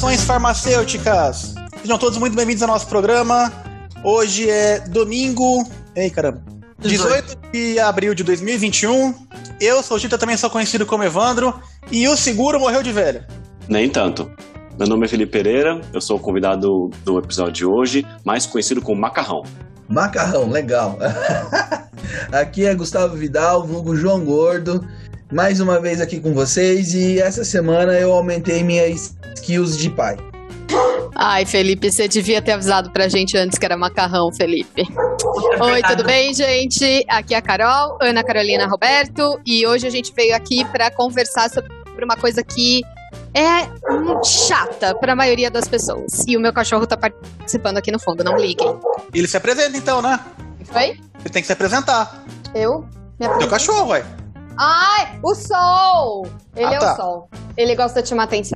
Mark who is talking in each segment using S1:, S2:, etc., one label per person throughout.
S1: Informações farmacêuticas. Sejam todos muito bem-vindos ao nosso programa. Hoje é domingo... Ei, caramba. 18 de abril de 2021. Eu sou o Tita, também sou conhecido como Evandro. E o seguro morreu de velho.
S2: Nem tanto. Meu nome é Felipe Pereira, eu sou o convidado do episódio de hoje, mais conhecido como Macarrão.
S3: Macarrão, legal. Aqui é Gustavo Vidal, vulgo João Gordo. Mais uma vez aqui com vocês. E essa semana eu aumentei minhas skills de pai.
S4: Ai, Felipe, você devia ter avisado pra gente antes que era macarrão, Felipe. Oi, tudo bem, gente? Aqui é a Carol, Ana Carolina Roberto, e hoje a gente veio aqui pra conversar sobre uma coisa que é chata pra maioria das pessoas. E o meu cachorro tá participando aqui no fundo, não liguem.
S1: Ele se apresenta então, né?
S4: Oi?
S1: Ele tem que se apresentar.
S4: Eu?
S1: Teu cachorro, ué.
S4: Ai, o Sol! Ele
S1: tá.
S4: O Sol. Ele gosta de chamar atenção.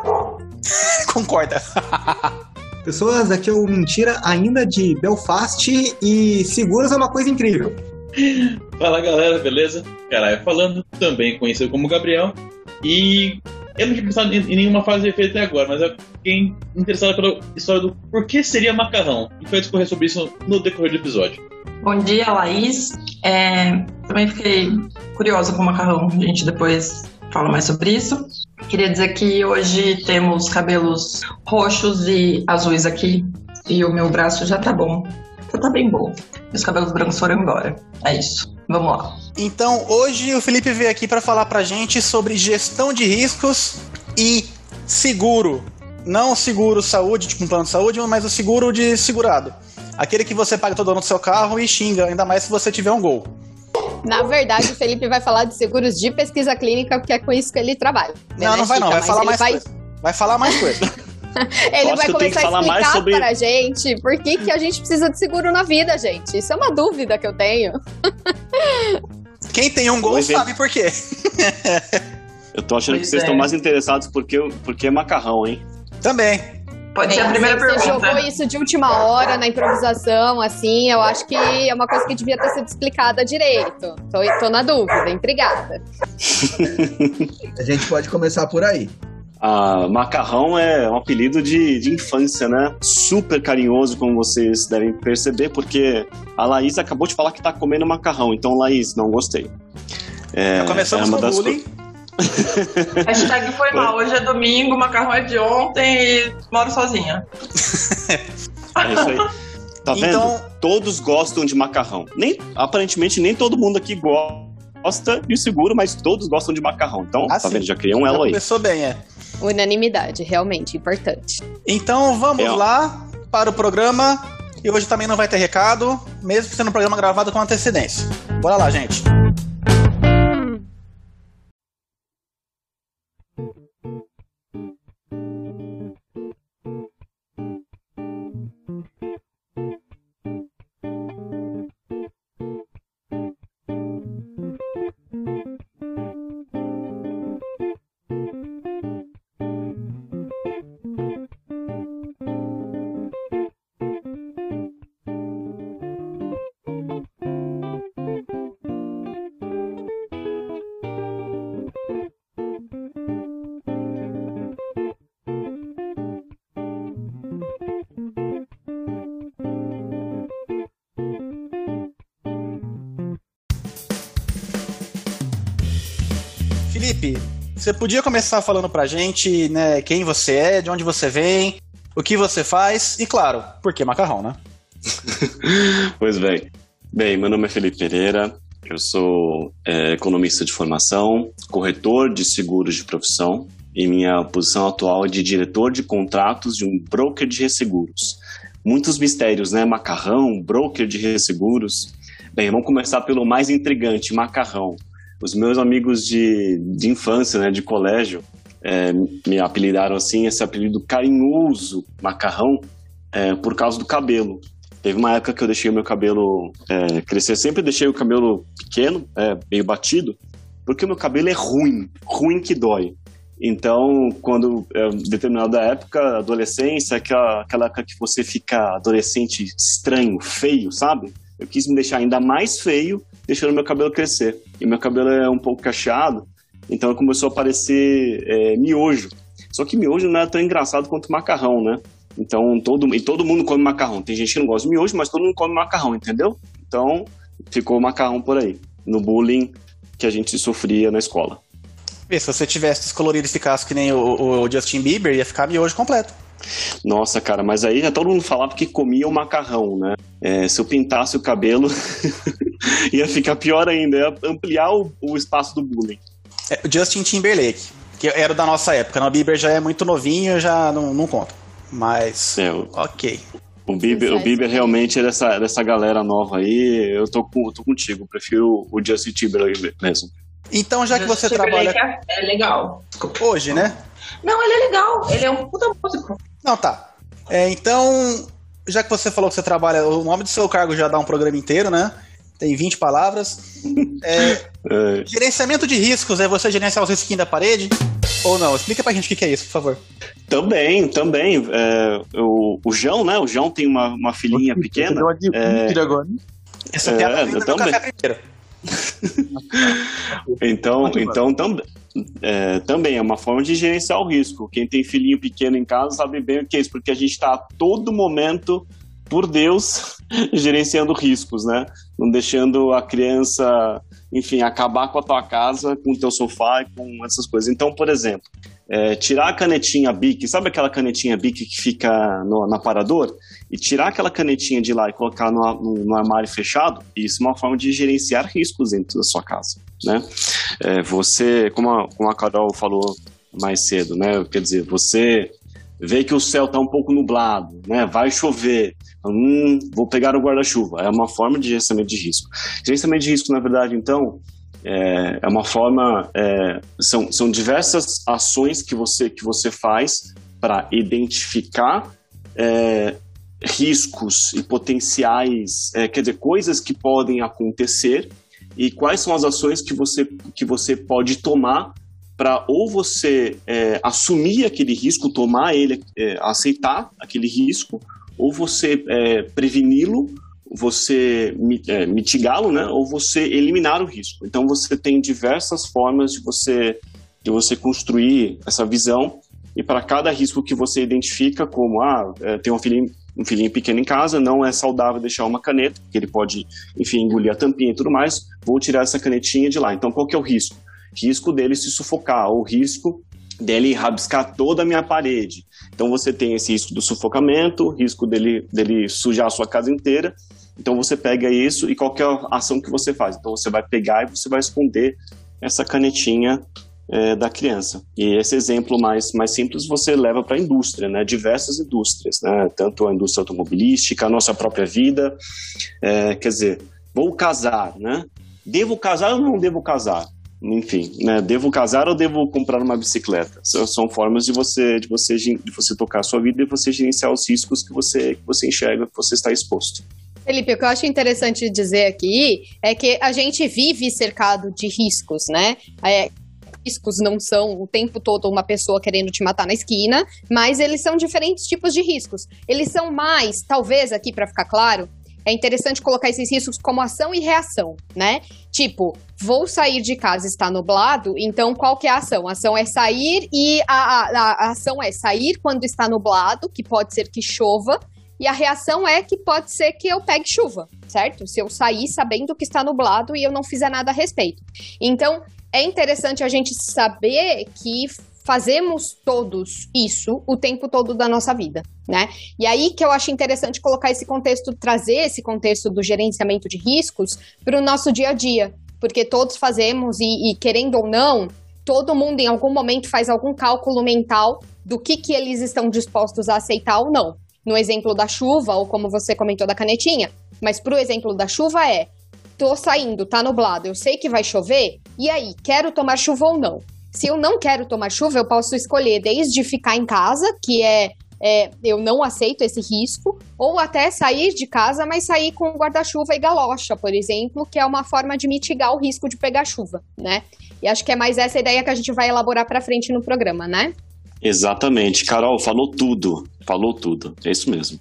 S1: Concorda.
S5: Pessoas, aqui é o Mentira ainda de Belfast e seguros é uma coisa incrível.
S6: Fala galera, beleza? Caralho, falando, também conhecido como Gabriel. E eu não tinha pensado em nenhuma fase de efeito até agora, mas eu fiquei interessado pela história do por que seria macarrão. E foi discorrer sobre isso no decorrer do episódio.
S7: Bom dia, Laís. Também fiquei curiosa com o macarrão. A gente depois fala mais sobre isso. Queria dizer que hoje temos cabelos roxos e azuis aqui. E o meu braço já tá bom. Já tá bem bom. Meus cabelos brancos foram embora. É isso. Vamos lá.
S1: Então, hoje o Felipe veio aqui para falar pra gente sobre gestão de riscos e seguro. Não seguro saúde, tipo um plano de saúde, mas o seguro de segurado. Aquele que você paga todo ano do seu carro e xinga, ainda mais se você tiver um Gol.
S4: Na verdade, o Felipe vai falar de seguros de pesquisa clínica, porque é com isso que ele trabalha.
S1: Não vai não, vai falar mais coisa. Vai falar mais coisa.
S4: Ele vai começar a explicar pra gente por que a gente precisa de seguro na vida, gente. Isso é uma dúvida que eu tenho.
S1: Quem tem um Gol sabe por quê.
S2: Eu tô achando que vocês estão mais interessados porque é macarrão, hein?
S1: Também.
S7: Pode ser a primeira pergunta.
S4: Você jogou isso de última hora, na improvisação, assim, eu acho que é uma coisa que devia ter sido explicada direito. Tô na dúvida, intrigada.
S3: A gente pode começar por aí.
S2: Macarrão é um apelido de infância, né? Super carinhoso, como vocês devem perceber, porque a Laís acabou de falar que tá comendo macarrão. Então, Laís, não gostei.
S1: Já começamos com o bullying.
S7: Hashtag foi mal. Hoje é domingo, macarrão é de ontem e moro sozinha.
S2: É isso aí. Tá vendo? Todos gostam de macarrão. Aparentemente, nem todo mundo aqui gosta de seguro, mas todos gostam de macarrão. Então, tá vendo? Já criou um elo aí.
S1: Começou bem,
S4: Unanimidade, realmente, importante.
S1: Então, vamos lá para o programa. E hoje também não vai ter recado, mesmo sendo um programa gravado com antecedência. Bora lá, gente. Felipe, você podia começar falando pra gente, né, quem você é, de onde você vem, o que você faz e, claro, por que macarrão, né?
S2: Pois bem. Bem, meu nome é Felipe Pereira, eu sou economista de formação, corretor de seguros de profissão e minha posição atual é de diretor de contratos de um broker de resseguros. Muitos mistérios, né? Macarrão, broker de resseguros. Bem, vamos começar pelo mais intrigante, macarrão. Os meus amigos de infância, né, de colégio, me apelidaram assim, esse apelido carinhoso, macarrão, por causa do cabelo. Teve uma época que eu deixei o meu cabelo crescer, sempre deixei o cabelo pequeno, meio batido, porque o meu cabelo é ruim que dói. Então, quando, determinada época, adolescência, aquela época que você fica adolescente estranho, feio, sabe? Eu quis me deixar ainda mais feio, deixando meu cabelo crescer. E meu cabelo é um pouco cacheado, então começou a aparecer miojo. Só que miojo não é tão engraçado quanto macarrão, né? Então, todo mundo come macarrão. Tem gente que não gosta de miojo, mas todo mundo come macarrão, entendeu? Então, ficou macarrão por aí, no bullying que a gente sofria na escola.
S1: Se você tivesse descolorido e ficasse que nem o Justin Bieber, ia ficar miojo completo.
S2: Nossa, cara, mas aí já todo mundo falava que comia o macarrão, né? Se eu pintasse o cabelo, ia ficar pior ainda, ia ampliar o espaço do bullying.
S1: O Justin Timberlake, que era da nossa época, o Bieber já é muito novinho, já não conta. Mas, ok.
S2: O Bieber realmente é dessa galera nova aí, eu tô contigo, prefiro o Justin Timberlake mesmo.
S1: Então, já que você trabalha...
S7: É legal.
S1: Hoje, né?
S7: Não, ele é legal, ele é um puta músico.
S1: Não, tá. Então, já que você falou que você trabalha, o nome do seu cargo já dá um programa inteiro, né? Tem 20 palavras. Gerenciamento de riscos, é você gerenciar os risquinhos da parede? Ou não? Explica pra gente o que é isso, por favor.
S2: Também. O João, né? O João tem uma filhinha pequena.
S1: Agora. Essa piada ainda no café primeiro.
S2: Então também é uma forma de gerenciar o risco. Quem tem filhinho pequeno em casa sabe bem o que é isso, porque a gente está a todo momento, por Deus, gerenciando riscos, né? Não deixando a criança, enfim, acabar com a tua casa, com o teu sofá e com essas coisas. Então, por exemplo, tirar a canetinha Bic, sabe aquela canetinha Bic que fica no aparador? E tirar aquela canetinha de lá e colocar no armário fechado, isso é uma forma de gerenciar riscos dentro da sua casa, né? Você, como a Carol falou mais cedo, né? Quer dizer, você vê que o céu está um pouco nublado, né? Vai chover, vou pegar o guarda-chuva. É uma forma de gerenciamento de risco. Gerenciamento de risco, na verdade, então, é uma forma... são diversas ações que você faz para identificar riscos e potenciais, quer dizer, coisas que podem acontecer, e quais são as ações que você pode tomar para ou você assumir aquele risco, tomar ele, aceitar aquele risco, ou você preveni-lo, você mitigá-lo, né? Ou você eliminar o risco. Então você tem diversas formas de você construir essa visão, e para cada risco que você identifica, como tem um filhinho pequeno em casa, não é saudável deixar uma caneta, porque ele pode, enfim, engolir a tampinha e tudo mais, vou tirar essa canetinha de lá. Então qual que é o risco? Risco dele se sufocar, ou risco dele rabiscar toda a minha parede. Então você tem esse risco do sufocamento, risco dele sujar a sua casa inteira. Então você pega isso, e qual que é a ação que você faz? Então você vai pegar e você vai esconder essa canetinha da criança. E esse exemplo mais simples você leva para a indústria, né? Diversas indústrias, né? Tanto a indústria automobilística, a nossa própria vida. Quer dizer, vou casar, né? Devo casar ou não devo casar? Enfim, né? Devo casar ou devo comprar uma bicicleta? São formas de você tocar a sua vida e você gerenciar os riscos que você enxerga, que você está exposto.
S4: Felipe, o que eu acho interessante dizer aqui é que a gente vive cercado de riscos, né? Riscos não são o tempo todo uma pessoa querendo te matar na esquina, mas eles são diferentes tipos de riscos. Eles são mais, talvez aqui para ficar claro, é interessante colocar esses riscos como ação e reação, né? Tipo, vou sair de casa, está nublado, então qual que é a ação? A ação é sair e a ação é sair quando está nublado, que pode ser que chova, e a reação é que pode ser que eu pegue chuva, certo? Se eu sair sabendo que está nublado e eu não fizer nada a respeito. Então, é interessante a gente saber que fazemos todos isso o tempo todo da nossa vida, né? E aí que eu acho interessante colocar esse contexto, trazer esse contexto do gerenciamento de riscos para o nosso dia a dia, porque todos fazemos e querendo ou não, todo mundo em algum momento faz algum cálculo mental do que eles estão dispostos a aceitar ou não. No exemplo da chuva, ou como você comentou da canetinha, mas pro exemplo da chuva tô saindo, tá nublado, eu sei que vai chover, e aí, quero tomar chuva ou não? Se eu não quero tomar chuva, eu posso escolher desde ficar em casa, que eu não aceito esse risco, ou até sair de casa, mas sair com guarda-chuva e galocha, por exemplo, que é uma forma de mitigar o risco de pegar chuva, né? E acho que é mais essa ideia que a gente vai elaborar pra frente no programa, né?
S2: Exatamente. Carol, falou tudo, é isso mesmo.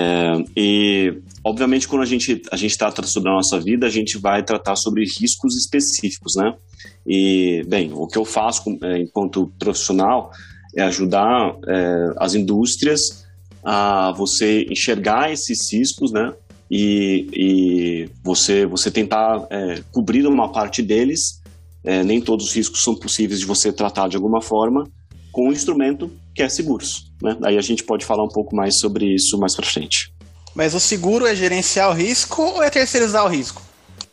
S2: E, obviamente, quando a gente trata sobre a nossa vida, a gente vai tratar sobre riscos específicos, né? E, bem, o que eu faço enquanto profissional é ajudar as indústrias a você enxergar esses riscos, né? E você tentar cobrir uma parte deles. Nem todos os riscos são possíveis de você tratar de alguma forma com um instrumento que é seguros, né? Aí a gente pode falar um pouco mais sobre isso mais para frente.
S1: Mas o seguro é gerenciar o risco ou é terceirizar o risco?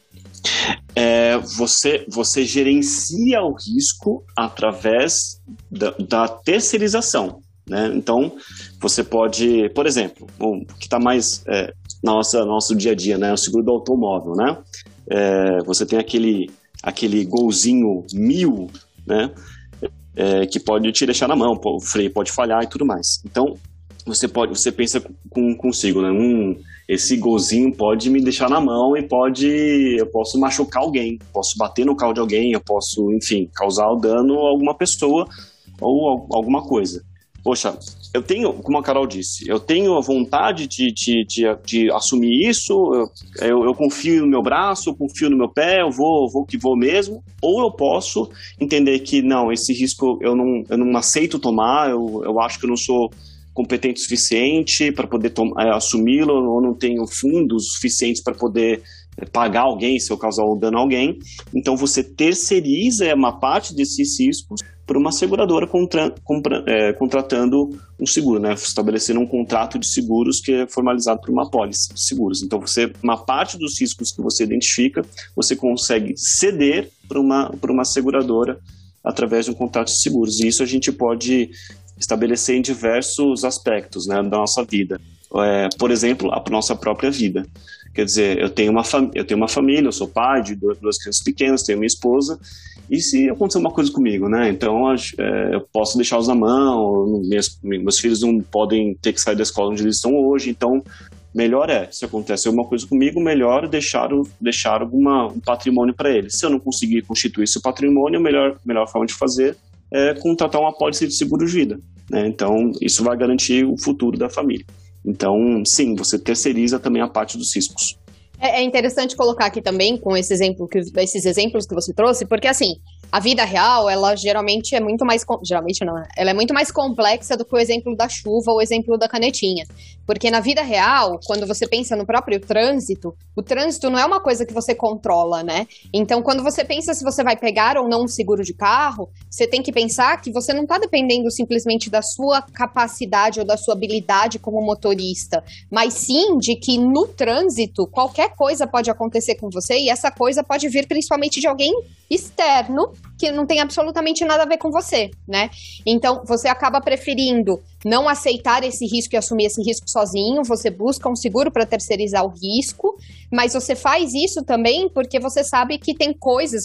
S2: Você gerencia o risco através da terceirização, né? Então, você pode, por exemplo, o que está mais nosso dia a dia, né? O seguro do automóvel, né? Você tem aquele golzinho 1000, né? Que pode te deixar na mão, o freio pode falhar e tudo mais. Então, você pensa consigo, né? Esse golzinho pode me deixar na mão e eu posso machucar alguém, posso bater no carro de alguém, eu posso, enfim, causar dano a alguma pessoa ou alguma coisa. Poxa, eu tenho, como a Carol disse, eu tenho a vontade de assumir isso, eu confio no meu braço, eu confio no meu pé, eu vou que vou mesmo, ou eu posso entender que não, esse risco eu não aceito tomar, eu acho que eu não sou competente o suficiente para poder assumi-lo, ou não tenho fundos suficientes para poder pagar alguém se eu causar um dano a alguém. Então você terceiriza uma parte desses riscos para uma seguradora contratando um seguro, né? Estabelecendo um contrato de seguros que é formalizado por uma pólice de seguros. Então uma parte dos riscos que você identifica, você consegue ceder para uma seguradora através de um contrato de seguros. E isso a gente pode estabelecer em diversos aspectos, né, da nossa vida. Por exemplo, a nossa própria vida. Quer dizer, eu tenho uma família, eu sou pai de duas crianças pequenas, tenho minha esposa, e se acontecer uma coisa comigo, né? Então eu posso deixá-los na mão, meus filhos não podem ter que sair da escola onde eles estão hoje, então melhor se acontecer alguma coisa comigo, melhor deixar um patrimônio para eles. Se eu não conseguir constituir esse patrimônio, a melhor forma de fazer é contratar uma pólice de seguro de vida, né? Então, isso vai garantir o futuro da família. Então, sim, você terceiriza também a parte dos riscos.
S4: É interessante colocar aqui também com esses exemplos que você trouxe, porque assim, a vida real, ela geralmente é muito mais... Geralmente não, né? Ela é muito mais complexa do que o exemplo da chuva ou o exemplo da canetinha. Porque na vida real, quando você pensa no próprio trânsito, o trânsito não é uma coisa que você controla, né? Então, quando você pensa se você vai pegar ou não um seguro de carro, você tem que pensar que você não está dependendo simplesmente da sua capacidade ou da sua habilidade como motorista, mas sim de que no trânsito, qualquer coisa pode acontecer com você e essa coisa pode vir principalmente de alguém externo que não tem absolutamente nada a ver com você, né? Então, você acaba preferindo não aceitar esse risco e assumir esse risco sozinho, você busca um seguro para terceirizar o risco, mas você faz isso também porque você sabe que tem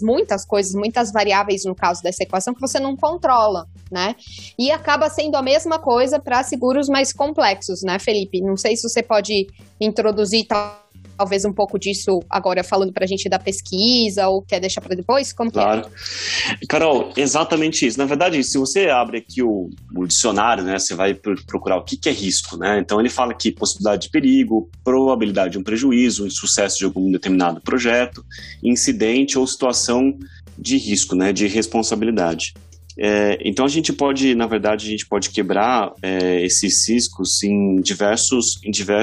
S4: muitas variáveis no caso dessa equação que você não controla, né? E acaba sendo a mesma coisa para seguros mais complexos, né, Felipe? Não sei se você pode introduzir talvez um pouco disso agora falando pra gente da pesquisa ou quer deixar para depois? Como
S2: claro. Carol, exatamente isso. Na verdade, se você abre aqui o dicionário, né, você vai procurar o que é risco, né? Então ele fala aqui possibilidade de perigo, probabilidade de um prejuízo, insucesso de algum determinado projeto, incidente ou situação de risco, né, de responsabilidade. Então a gente pode quebrar esses riscos em diversos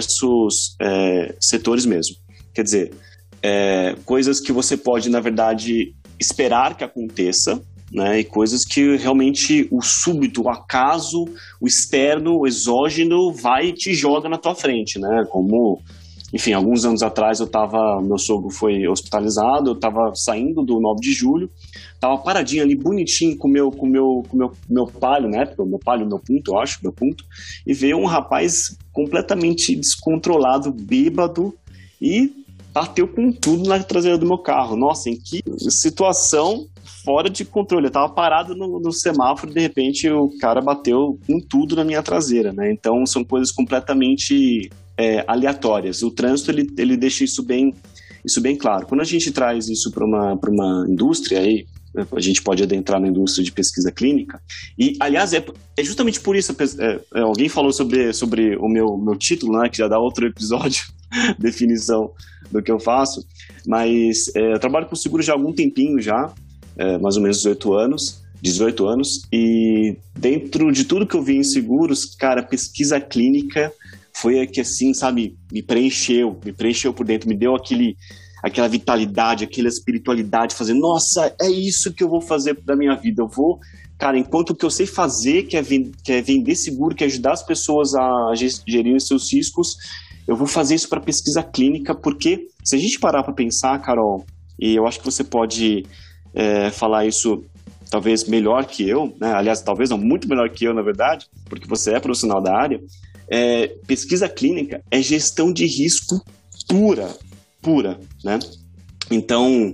S2: setores mesmo. Quer dizer, coisas que você pode, na verdade, esperar que aconteça, né, e coisas que realmente o súbito, o acaso, o externo, o exógeno vai e te joga na tua frente, né? Como, enfim, alguns anos atrás meu sogro foi hospitalizado, eu estava saindo do 9 de julho, tava paradinho ali, bonitinho, com meu palio, né? Meu punto, eu acho, meu ponto, e veio um rapaz completamente descontrolado, bêbado, e bateu com tudo na traseira do meu carro. Nossa, em que situação fora de controle. Eu tava parado no semáforo e de repente o cara bateu com tudo na minha traseira, né? Então são coisas completamente aleatórias. O trânsito, ele deixa isso bem claro. Quando a gente traz isso para uma indústria, aí a gente pode adentrar na indústria de pesquisa clínica, e aliás é justamente por isso, alguém falou sobre o meu título, né, que já dá outro episódio, definição do que eu faço, mas eu trabalho com seguro já há algum tempinho já, mais ou menos 18 anos, 18 anos, e dentro de tudo que eu vi em seguros, cara, pesquisa clínica foi a que, assim, sabe, me preencheu por dentro, me deu aquela vitalidade, aquela espiritualidade, fazer, nossa, é isso que eu vou fazer da minha vida, eu vou, cara, enquanto o que eu sei fazer, que é vender seguro, que é ajudar as pessoas a gerirem seus riscos, eu vou fazer isso para pesquisa clínica, porque se a gente parar para pensar, Carol, e eu acho que você pode falar isso talvez melhor que eu, né? Aliás, talvez não, muito melhor que eu, na verdade, porque você é profissional da área, pesquisa clínica é gestão de risco pura, né? Então,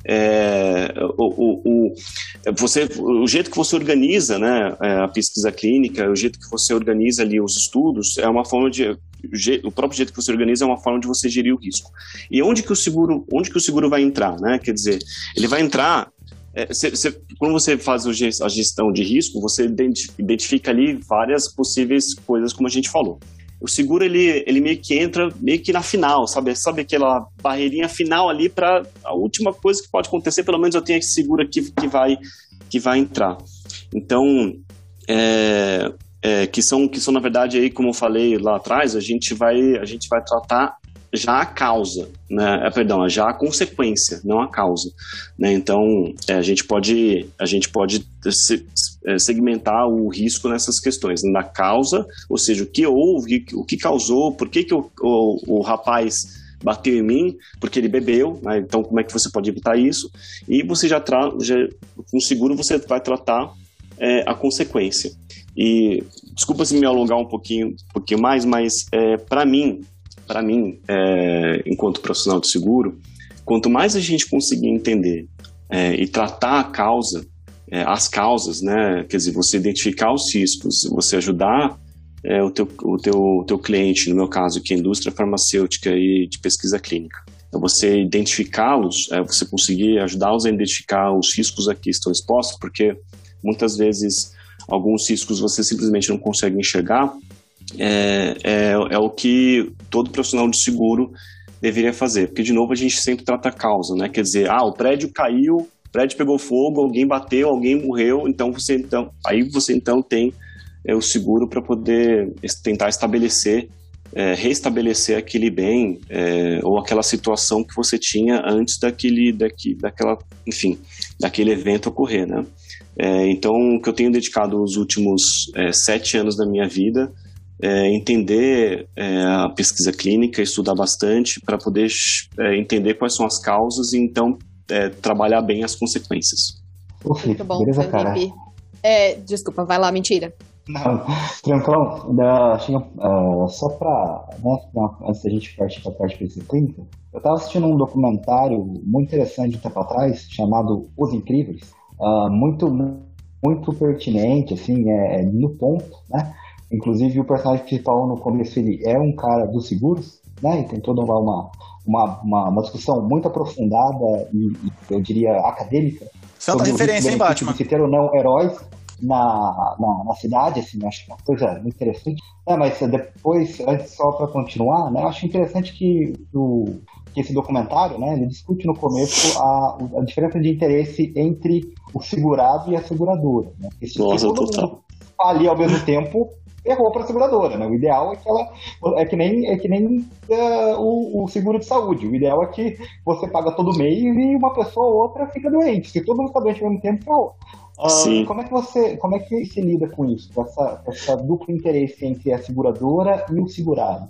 S2: o jeito que você organiza, né, a pesquisa clínica, o jeito que você organiza ali os estudos, é uma forma de... O próprio jeito que você organiza é uma forma de você gerir o risco. E onde que o seguro vai entrar, né? Quer dizer, ele vai entrar... quando você faz a gestão de risco, você identifica ali várias possíveis coisas, como a gente falou. O seguro, ele meio que entra meio que na final, sabe aquela barreirinha final ali para a última coisa que pode acontecer, pelo menos eu tenho esse seguro aqui que vai entrar. Então, que são na verdade, aí, como eu falei lá atrás, a gente vai tratar já a causa, né? Já a consequência, não a causa, né? Então, a gente pode segmentar o risco nessas questões, na causa, ou seja, o que houve, o que causou, por que o rapaz bateu em mim, porque ele bebeu, né? Então como é que você pode evitar isso? E você com o seguro você vai tratar a consequência. E desculpa se me alongar um pouquinho mais, mas para mim, enquanto profissional de seguro, quanto mais a gente conseguir entender e tratar a causa, as causas, né? Quer dizer, você identificar os riscos, você ajudar o teu cliente, no meu caso, que é a indústria farmacêutica e de pesquisa clínica. Você identificá-los, você conseguir ajudá-los a identificar os riscos a que estão expostos, porque muitas vezes alguns riscos você simplesmente não consegue enxergar, é o que todo profissional de seguro deveria fazer, porque de novo a gente sempre trata a causa, né? Quer dizer, o prédio caiu, o prédio pegou fogo, alguém bateu, alguém morreu, aí você tem o seguro para poder tentar restabelecer aquele bem ou aquela situação que você tinha antes daquele evento ocorrer, né? Então, o que eu tenho dedicado os últimos 7 anos da minha vida entender a pesquisa clínica, estudar bastante para poder entender quais são as causas e então trabalhar bem as consequências.
S4: Muito bom,
S5: beleza,
S4: Felipe.
S5: cara.
S4: Desculpa, vai lá, mentira.
S5: Não, tranquilão. Só para, antes da gente partir para a parte de pesquisa clínica, eu estava assistindo um documentário muito interessante de um tempo atrás, chamado Os Incríveis, muito pertinente, assim, no ponto, né? Inclusive, o personagem principal no começo, ele é um cara dos seguros, né? E tem toda uma discussão muito aprofundada e eu diria, acadêmica.
S1: Santa referência, hein, Batman?
S5: Se ter ou não heróis na cidade, assim, acho que é uma coisa muito interessante. Mas depois, antes só para continuar, né? Eu acho interessante que esse documentário, né? Ele discute no começo a diferença de interesse entre o segurado e a seguradora, né?
S2: Nossa, total.
S5: Ali ao mesmo tempo errou para a seguradora, né? O ideal é que ela é que nem o seguro de saúde. O ideal é que você paga todo mês e uma pessoa ou outra fica doente. Se todo mundo está doente ao mesmo tempo, errou. Como é que se lida com isso? Com essa duplo interesse entre a seguradora e o segurado?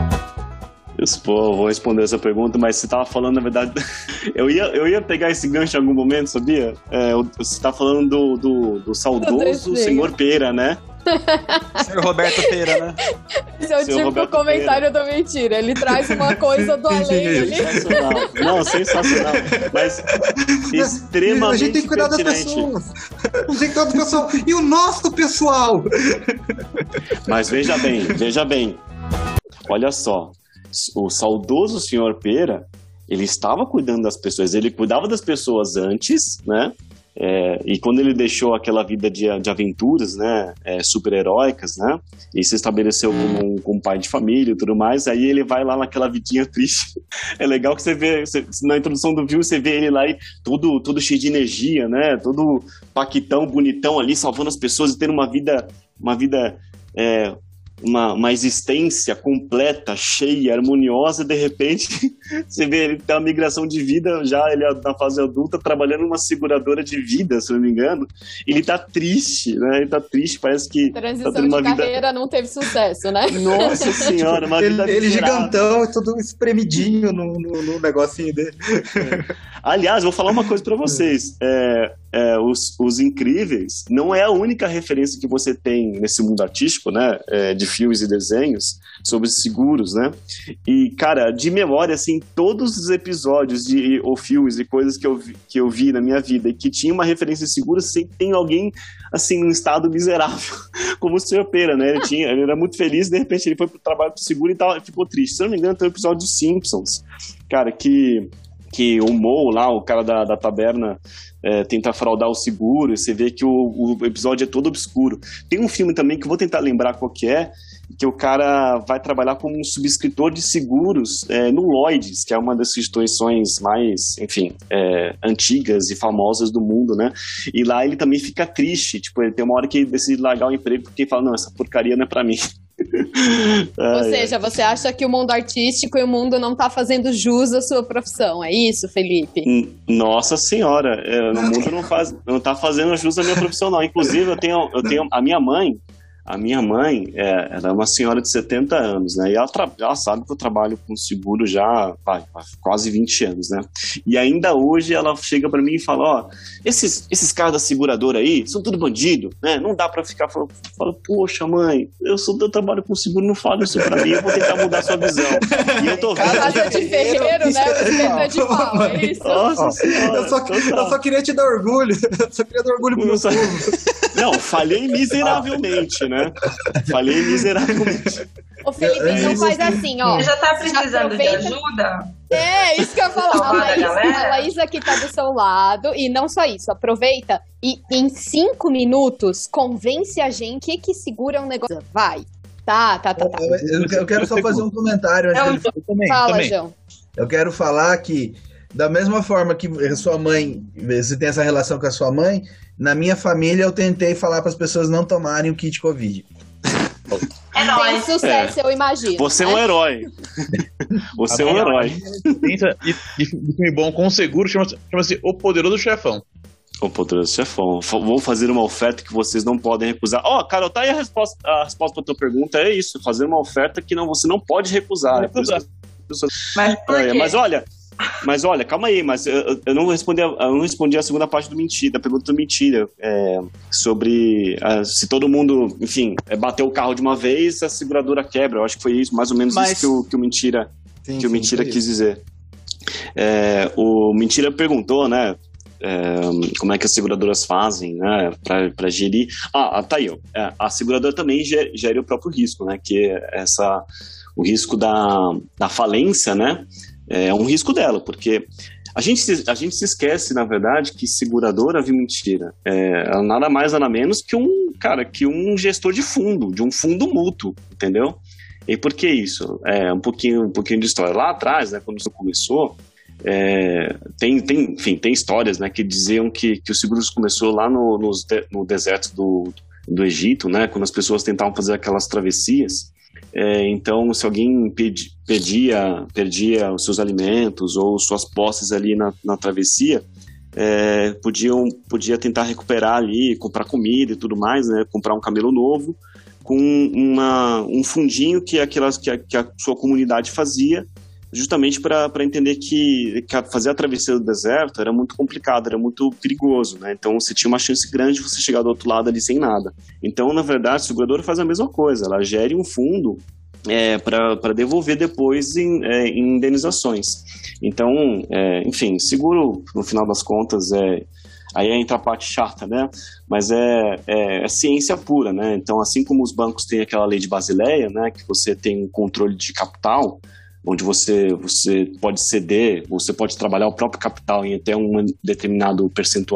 S2: Vou responder essa pergunta, mas você estava falando, na verdade, eu ia pegar esse gancho em algum momento, sabia? Você está falando do saudoso senhor Pera, né?
S1: Senhor Roberto Pera, né?
S4: Esse é o típico comentário da mentira. Ele traz uma coisa do além ali.
S2: Sensacional. Não, sensacional. Mas extremamente
S5: a gente tem que cuidar das pessoas. A gente tem que cuidar do pessoal. E o nosso pessoal?
S2: Mas veja bem. Olha só. O saudoso senhor Pera, ele estava cuidando das pessoas. Ele cuidava das pessoas antes, né? E quando ele deixou aquela vida de aventuras, né, super-heróicas, né, e se estabeleceu como pai de família e tudo mais, aí ele vai lá naquela vidinha triste. É legal que você vê, na introdução do filme, você vê ele lá e todo cheio de energia, né, todo paquitão, bonitão ali, salvando as pessoas e tendo uma vida uma existência completa, cheia, harmoniosa, de repente você vê ele tem uma migração de vida, já ele na fase adulta, trabalhando numa seguradora de vida, se não me engano, ele tá triste, né? Ele tá triste, parece que
S4: transição
S2: tá tendo uma
S4: de
S2: vida...
S4: carreira não teve sucesso, né?
S2: Nossa senhora, uma vida
S5: Ele
S2: miserável.
S5: gigantão, todo espremidinho no negocinho dele.
S2: Aliás, vou falar uma coisa pra vocês. Os Incríveis não é a única referência que você tem nesse mundo artístico, né? De filmes e desenhos sobre seguros, né? E, cara, de memória, assim, todos os episódios ou filmes e coisas que eu vi na minha vida e que tinha uma referência de seguro, sempre tem alguém, assim, num estado miserável, como o Sr. Pera, né? Ele era muito feliz, de repente ele foi pro trabalho pro seguro e ficou triste. Se eu não me engano, tem um episódio dos Simpsons, cara, que o Moe lá, o cara da taberna, tenta fraudar o seguro, e você vê que o episódio é todo obscuro. Tem um filme também que eu vou tentar lembrar qual que o cara vai trabalhar como um subscritor de seguros no Lloyds, que é uma das instituições mais, enfim, antigas e famosas do mundo, né? E lá ele também fica triste, tipo, ele tem uma hora que ele decide largar o emprego porque ele fala, não, essa porcaria não é pra mim.
S4: Ou seja, você acha que o mundo artístico e o mundo não tá fazendo jus à sua profissão, é isso, Felipe?
S2: Nossa senhora, o mundo não tá fazendo jus à minha profissão, não. Inclusive, eu tenho a minha mãe, ela é uma senhora de 70 anos, né? E ela sabe que eu trabalho com seguro já há quase 20 anos, né? E ainda hoje ela chega pra mim e fala, esses caras da seguradora aí são tudo bandido, né? Não dá pra ficar falando, poxa, mãe, eu trabalho com seguro, não fala isso pra mim, eu vou tentar mudar a sua visão. E eu tô vendo...
S4: Casa de ferreiro, né? Pedra de pau, é isso?
S2: Nossa senhora,
S5: eu só queria te dar orgulho. Eu só queria dar orgulho pro meu povo.
S2: Não, falhei miseravelmente, né? Falei miseravelmente.
S4: Ô, Felipe, então faz assim, ó.
S7: Você já tá precisando de
S4: aproveita...
S7: ajuda?
S4: Isso que eu ia falar. A Laís aqui tá do seu lado. E não só isso, aproveita e em 5 minutos convence a gente que segura um negócio. Vai. Tá.
S3: Eu quero só fazer um comentário antes dele também.
S4: Fala, João.
S3: Eu quero falar que, da mesma forma que a sua mãe, você tem essa relação com a sua mãe, na minha família eu tentei falar para as pessoas não tomarem o kit Covid.
S4: Tem sucesso, eu imagino.
S2: Você é um herói. Você é um herói.
S6: E filme bom com seguro chama-se O Poderoso Chefão.
S2: O Poderoso Chefão. Vou fazer uma oferta que vocês não podem recusar. Carol, tá aí a resposta pra tua pergunta. É isso, fazer uma oferta que você não pode recusar.
S7: Mas por quê?
S2: Mas olha, calma aí, mas eu não respondi a segunda parte da pergunta do Mentira, sobre se todo mundo, enfim, bateu o carro de uma vez, a seguradora quebra. Eu acho que foi isso, mais ou menos isso que o Mentira, quis dizer. O Mentira perguntou, né, como é que as seguradoras fazem, né, para gerir. Tá aí, a seguradora também gere o próprio risco, né, que o risco da falência, né, é um risco dela, porque a gente se esquece, na verdade, que seguradora, viu, Mentira, é nada mais, nada menos que um gestor de um fundo mútuo, entendeu? E por que isso? Um pouquinho de história. Lá atrás, né, quando isso começou, tem histórias, né, que diziam que o seguro começou lá no deserto do Egito, né, quando as pessoas tentavam fazer aquelas travessias. Então, se alguém perdia os seus alimentos ou suas posses ali na travessia, podia tentar recuperar ali, comprar comida e tudo mais, né, comprar um camelo novo com um fundinho que a sua comunidade fazia, justamente para entender que fazer a travessia do deserto era muito complicado, era muito perigoso, né? Então você tinha uma chance grande de você chegar do outro lado ali sem nada. Então, na verdade, a seguradora faz a mesma coisa, ela gere um fundo para devolver depois em indenizações. Então, enfim, seguro, no final das contas, aí entra a parte chata, né? Mas é ciência pura, né? Então, assim como os bancos têm aquela lei de Basileia, né, que você tem um controle de capital, onde você pode ceder, você pode trabalhar o próprio capital em até um determinado percentual,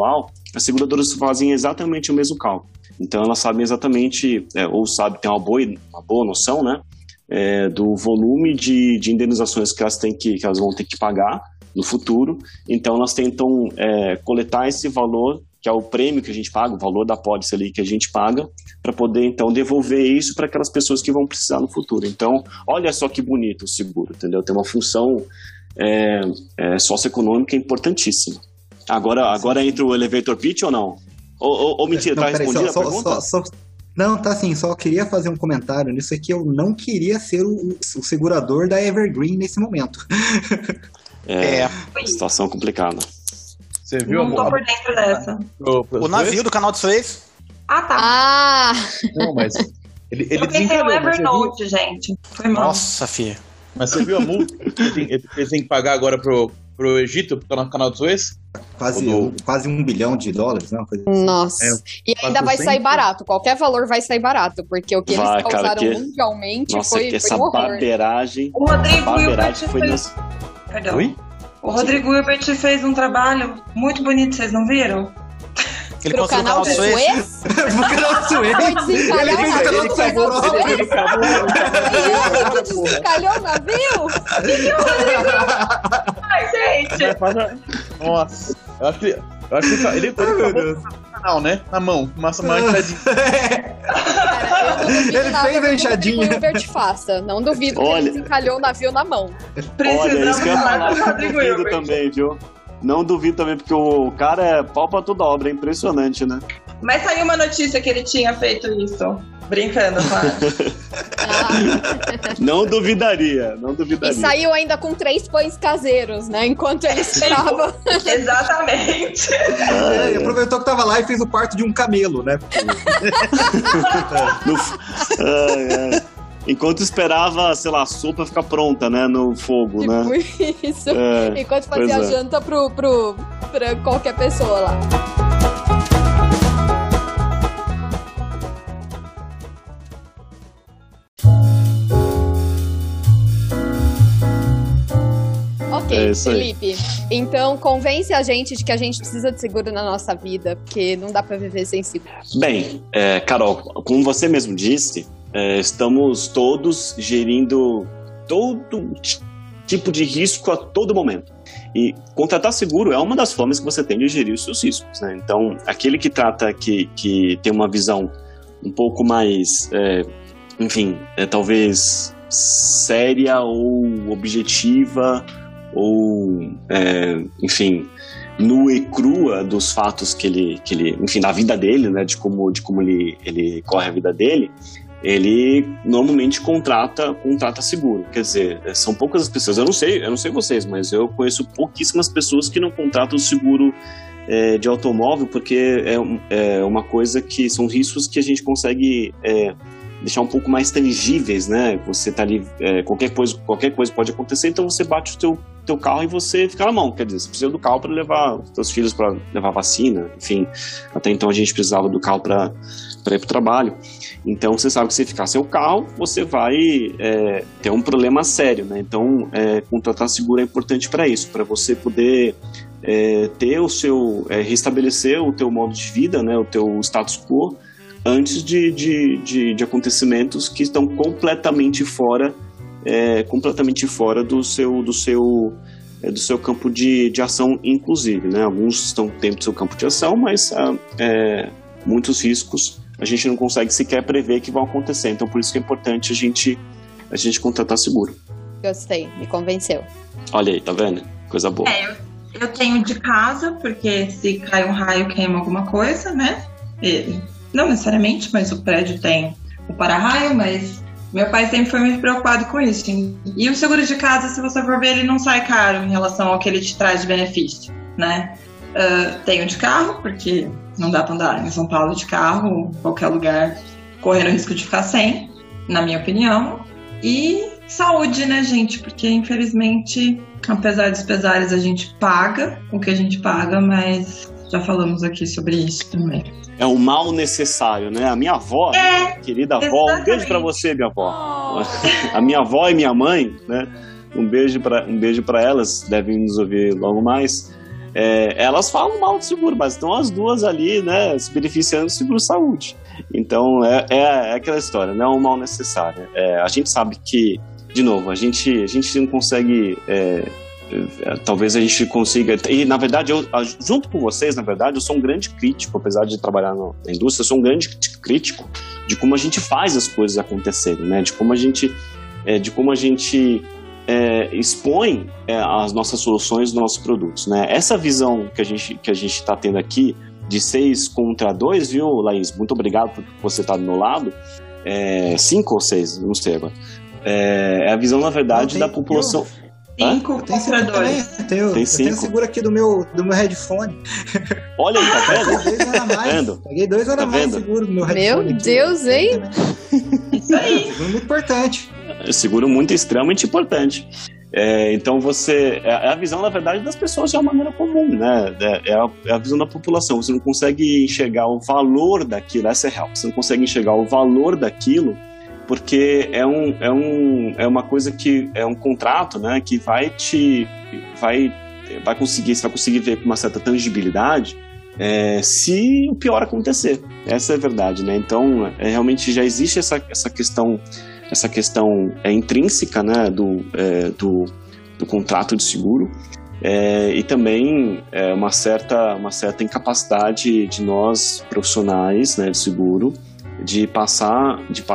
S2: as seguradoras fazem exatamente o mesmo cálculo. Então elas sabem exatamente, tem uma boa noção, né, do volume de indenizações que elas vão ter que pagar no futuro. Então elas tentam coletar esse valor, que é o prêmio que a gente paga, o valor da pólice ali que a gente paga, para poder então devolver isso para aquelas pessoas que vão precisar no futuro. Então, olha só que bonito o seguro, entendeu? Tem uma função socioeconômica importantíssima. Agora entra o elevator pitch ou não? Ou mentira,
S8: não,
S2: tá respondida a pergunta?
S8: Não, tá assim, só queria fazer um comentário nisso aqui. Eu não queria ser o segurador da Evergreen nesse momento.
S2: Situação complicada.
S6: Você viu?
S7: Não tô por dentro dessa.
S1: O navio do canal de Suez?
S7: Ah, tá.
S4: Ah!
S6: Não, mas ele
S7: Eu pensei no
S6: desencalhou, mas você viu?
S7: Evernote, gente. Foi mal.
S1: Nossa, filha.
S6: Mas você viu a multa que eles têm que pagar agora pro Egito, pro canal de Suez?
S8: Quase $1 bilhão, né? Uma coisa assim.
S4: Nossa. E ainda vai sair barato. Qualquer valor vai sair barato, porque o que eles causaram mundialmente foi
S2: essa
S4: um horror.
S2: barbeiragem.
S7: O Rodrigo Hilbert
S2: foi
S7: fez... Perdão.
S6: Oi?
S7: O Rodrigo Hilbert fez um trabalho muito bonito, vocês não viram?
S1: Ele
S4: Pro
S1: conseguiu o
S4: canal
S1: canal
S4: de
S1: de Suez?
S4: Suez?
S8: O canal de Suez.
S4: Foi desencalhar o navio do
S6: Ele
S4: canal de Suez? Foi ele que desencalhou o navio?
S7: Ai, gente!
S6: Nossa. Eu acho que ele acabou no canal, né? Na mão, com uma enxadinha.
S4: Cara, eu não duvido
S8: Ele
S4: nada
S8: fez a
S4: que o
S8: enxadinha.
S4: Rodrigo Hilbert faça. Não duvido que ele desencalhou o navio na mão.
S2: Olha, isso que eu ia falar,
S7: do
S2: não
S7: Rodrigo
S2: duvido
S7: Hilbert.
S2: também, viu? Não duvido também, porque o cara é pau pra toda obra, é impressionante, né?
S7: Mas saiu uma notícia que ele tinha feito isso. Brincando, claro.
S2: Não duvidaria.
S4: E saiu ainda com 3 pães caseiros, né? Enquanto ele esperava.
S7: Exatamente.
S8: Ele aproveitou que tava lá e fez o parto de um camelo, né?
S2: Enquanto esperava, sei lá, a sopa ficar pronta, né, no fogo, né?
S4: Tipo isso. Enquanto fazia a janta pra qualquer pessoa lá. Ok, Felipe. Então, convence a gente de que a gente precisa de seguro na nossa vida, porque não dá pra viver sem seguro.
S2: Bem, Carol, como você mesmo disse, estamos todos gerindo todo tipo de risco a todo momento. E contratar seguro é uma das formas que você tem de gerir os seus riscos, né? Então, aquele que trata, que tem uma visão um pouco mais, talvez séria ou objetiva, ou, nua e crua dos fatos que ele da vida dele, né, de como ele corre a vida dele, ele normalmente contrata seguro. Quer dizer, são poucas as pessoas, eu não sei vocês, mas eu conheço pouquíssimas pessoas que não contratam seguro de automóvel, porque é uma coisa que são riscos que a gente consegue deixar um pouco mais tangíveis, né? Você tá ali, qualquer coisa pode acontecer, então você bate o teu carro e você fica na mão. Quer dizer, você precisa do carro para levar os seus filhos para levar vacina, enfim. Até então a gente precisava do carro para ir pro trabalho. Então você sabe que se ficar sem o carro, você vai ter um problema sério, né? Então contratar seguro é importante para isso, para você poder ter o seu restabelecer o teu modo de vida, né? O teu status quo antes de acontecimentos que estão completamente fora do seu campo de ação, inclusive, né? Alguns estão dentro do seu campo de ação, mas muitos riscos a gente não consegue sequer prever que vão acontecer. Então, por isso que é importante a gente contratar seguro.
S4: Gostei, me convenceu.
S2: Olha aí, tá vendo? Coisa boa.
S7: Eu tenho de casa, porque se cai um raio, queima alguma coisa, né? Não necessariamente, mas o prédio tem o para-raio, mas meu pai sempre foi muito preocupado com isso. E o seguro de casa, se você for ver, ele não sai caro em relação ao que ele te traz de benefício, né? Tenho de carro, porque não dá pra andar em São Paulo de carro, qualquer lugar, correndo o risco de ficar sem, na minha opinião. E saúde, né, gente? Porque, infelizmente, apesar dos pesares, a gente paga o que a gente paga, mas já falamos aqui sobre isso também.
S2: É um mal necessário, né? A minha avó, querida avó,
S7: exatamente.
S2: Um beijo pra você, minha avó. A minha avó e minha mãe, né? Um beijo pra elas, devem nos ouvir logo mais. elas falam mal do seguro, mas estão as duas ali, né, se beneficiando do seguro-saúde. Então, é aquela história, não é um mal necessário. A gente sabe que, de novo, a gente não consegue... talvez a gente consiga... E, na verdade, junto com vocês, na verdade, eu sou um grande crítico, apesar de trabalhar na indústria, eu sou um grande crítico de como a gente faz as coisas acontecerem, né? De como a gente expõe as nossas soluções, os nossos produtos, né? Essa visão que a gente está tendo aqui de 6 contra 2, viu, Laís? Muito obrigado por você estar do meu lado. 5 ou 6, não sei agora. É a visão, na verdade, da população...
S7: 5 contra 2.
S8: Eu tenho seguro aqui do meu headphone.
S2: Olha aí, tá vendo?
S8: Paguei 2 horas a mais seguro do meu headphone.
S4: Meu Deus, hein?
S7: Isso aí.
S8: Seguro muito importante.
S2: Seguro muito, extremamente importante. Então é a visão, na verdade, das pessoas de uma maneira comum, né? É a visão da população. Você não consegue enxergar o valor daquilo, essa é real. Você não consegue enxergar o valor daquilo porque é uma coisa que é um contrato, né? Que você vai conseguir ver com uma certa tangibilidade se o pior acontecer. Essa é a verdade, né? Então, realmente já existe essa questão intrínseca, né, do contrato de seguro, e também uma certa incapacidade de nós profissionais, né, de seguro de passar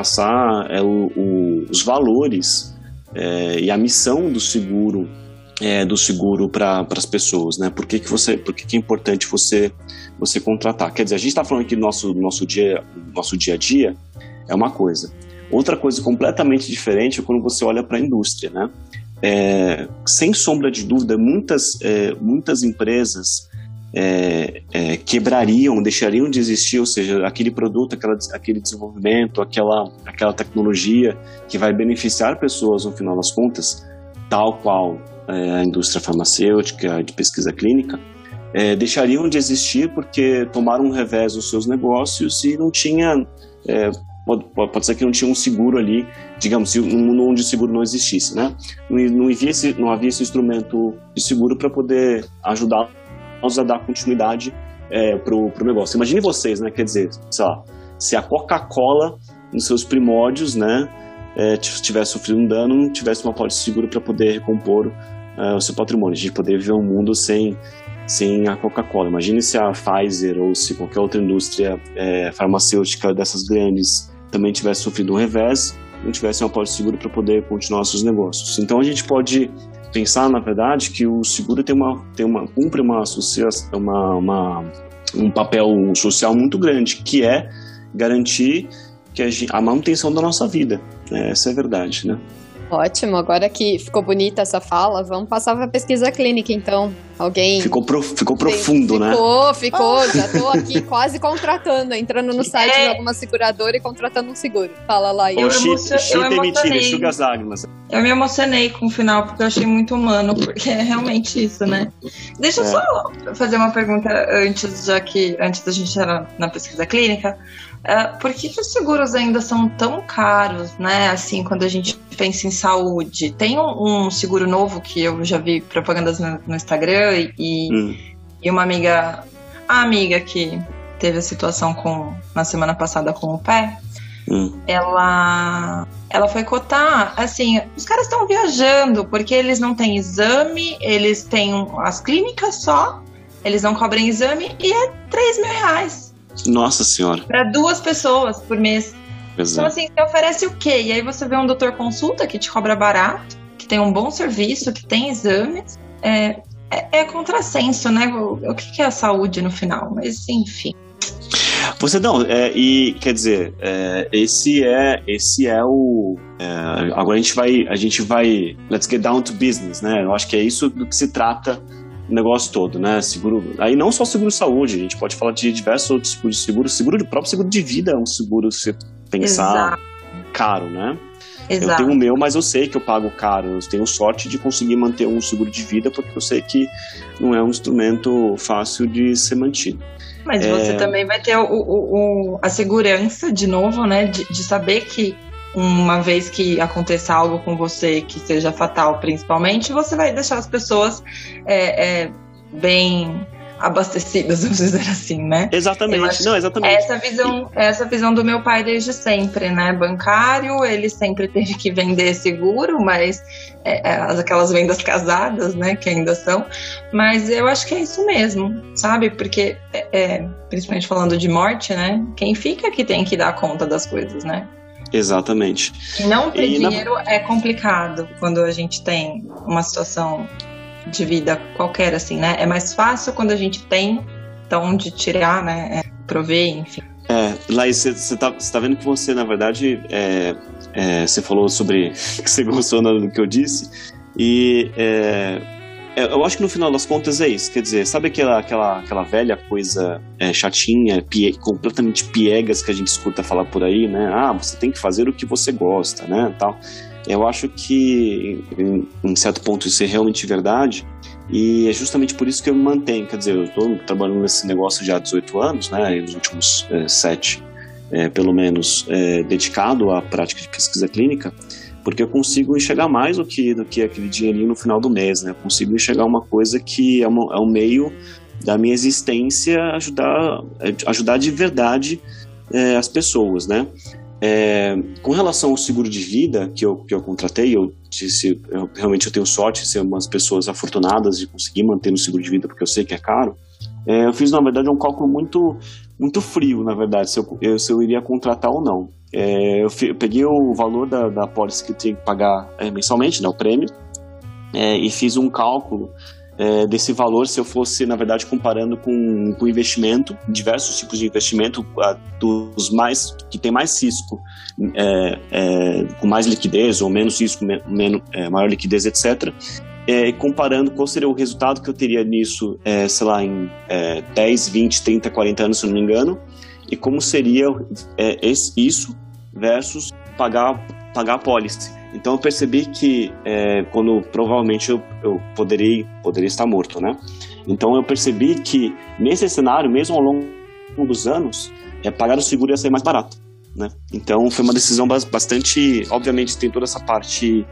S2: os valores e a missão do seguro para as pessoas, né? Por que é importante você contratar? Quer dizer, a gente está falando aqui do nosso dia a dia, é uma coisa. Outra coisa completamente diferente é quando você olha para a indústria, né? Sem sombra de dúvida, muitas empresas quebrariam, deixariam de existir, ou seja, aquele produto, aquele desenvolvimento, aquela tecnologia que vai beneficiar pessoas no final das contas, tal qual a indústria farmacêutica, de pesquisa clínica, deixariam de existir porque tomaram um revés nos seus negócios e não tinha... Pode ser que não tinha um seguro ali, digamos, se um mundo onde o seguro não existisse, né? Não havia esse instrumento de seguro para poder ajudar a dar continuidade pro negócio. Imagine vocês, né? Quer dizer, sei lá, se a Coca-Cola, nos seus primórdios, né, tivesse sofrido um dano, não tivesse uma pólice de seguro para poder recompor o seu patrimônio. A gente poderia viver um mundo sem a Coca-Cola. Imagine se a Pfizer ou se qualquer outra indústria farmacêutica dessas grandes também tivesse sofrido um revés, não tivesse uma pólice de seguro para poder continuar seus negócios. Então a gente pode pensar, na verdade, que o seguro cumpre um papel social muito grande, que é garantir a manutenção da nossa vida. Essa é a verdade, né?
S4: Ótimo, agora que ficou bonita essa fala, vamos passar para a pesquisa clínica, então. Alguém...
S2: Ficou profundo, né?
S4: Ficou. Já tô aqui quase contratando, entrando no site de alguma seguradora e contratando um seguro. Fala lá.
S7: Eu me emocionei com o final, porque eu achei muito humano, porque é realmente isso, né? Deixa eu só fazer uma pergunta antes da gente entrar na pesquisa clínica. Por que os seguros ainda são tão caros, né? Assim, quando a gente pensa em saúde. Tem um seguro novo que eu já vi propagandas no Instagram e uma amiga, a amiga que teve a situação na semana passada com o pé, ela foi cotar, assim, os caras estão viajando porque eles não têm exame, eles têm as clínicas só, eles não cobrem exame e é R$3.000.
S2: Nossa senhora.
S7: Para 2 pessoas por mês.
S2: Exato.
S7: Então, assim, você oferece o quê? E aí você vê um doutor consulta que te cobra barato, que tem um bom serviço, que tem exames. É contrassenso, né? O que é a saúde no final? Mas, enfim.
S2: Você não, e quer dizer, esse é o... agora a gente vai, let's get down to business, né? Eu acho que é isso do que se trata o negócio todo, né? Seguro, aí não só seguro-saúde, a gente pode falar de diversos outros seguros de próprio seguro de vida é um seguro, se você pensar, caro, né? Exato. Eu tenho o meu, mas eu sei que eu pago caro. Eu tenho sorte de conseguir manter um seguro de vida, porque eu sei que não é um instrumento fácil de ser mantido.
S7: Mas você também vai ter a segurança, de novo, né? De saber que uma vez que aconteça algo com você que seja fatal, principalmente, você vai deixar as pessoas bem abastecidas, vamos dizer assim, né?
S2: Exatamente, não, exatamente.
S7: Essa visão do meu pai desde sempre, né? Bancário, ele sempre teve que vender seguro, mas aquelas vendas casadas, né? Que ainda são, mas eu acho que é isso mesmo, sabe? Porque, principalmente falando de morte, né? Quem fica que tem que dar conta das coisas, né?
S2: Exatamente.
S7: E não ter dinheiro é complicado quando a gente tem uma situação de vida qualquer, assim, né? É mais fácil quando a gente tem de onde tirar, né? Prover, enfim.
S2: Laís, você tá vendo que você, na verdade, você falou sobre que você gostou do que eu disse, e eu acho que no final das contas é isso, quer dizer, sabe aquela velha coisa chatinha, completamente piegas que a gente escuta falar por aí, né? Você tem que fazer o que você gosta, né? Tal. Eu acho que, em certo ponto, isso é realmente verdade, e é justamente por isso que eu me mantenho. Quer dizer, eu estou trabalhando nesse negócio já há 18 anos, né, nos últimos 7, pelo menos, dedicado à prática de pesquisa clínica, porque eu consigo enxergar mais do que aquele dinheirinho no final do mês, né? Eu consigo enxergar uma coisa que é um meio da minha existência ajudar de verdade as pessoas, né? Com relação ao seguro de vida que eu contratei, realmente eu tenho sorte de ser umas pessoas afortunadas de conseguir manter no seguro de vida, porque eu sei que é caro. Eu fiz, na verdade, um cálculo muito, muito frio, na verdade, se eu iria contratar ou não. Eu peguei o valor da apólice que eu tinha que pagar mensalmente, né, o prêmio, e fiz um cálculo desse valor se eu fosse, na verdade, comparando com investimento, diversos tipos de investimento, dos mais que tem mais risco, com mais liquidez ou menos risco, maior liquidez, etc. Comparando qual seria o resultado que eu teria nisso, sei lá, em 10, 20, 30, 40 anos, se eu não me engano, e como seria isso versus pagar a apólice. Então eu percebi que quando provavelmente eu poderia estar morto, né? Então eu percebi que nesse cenário, mesmo ao longo dos anos, pagar o seguro ia ser mais barato, né? Então foi uma decisão bastante... Obviamente tem toda essa parte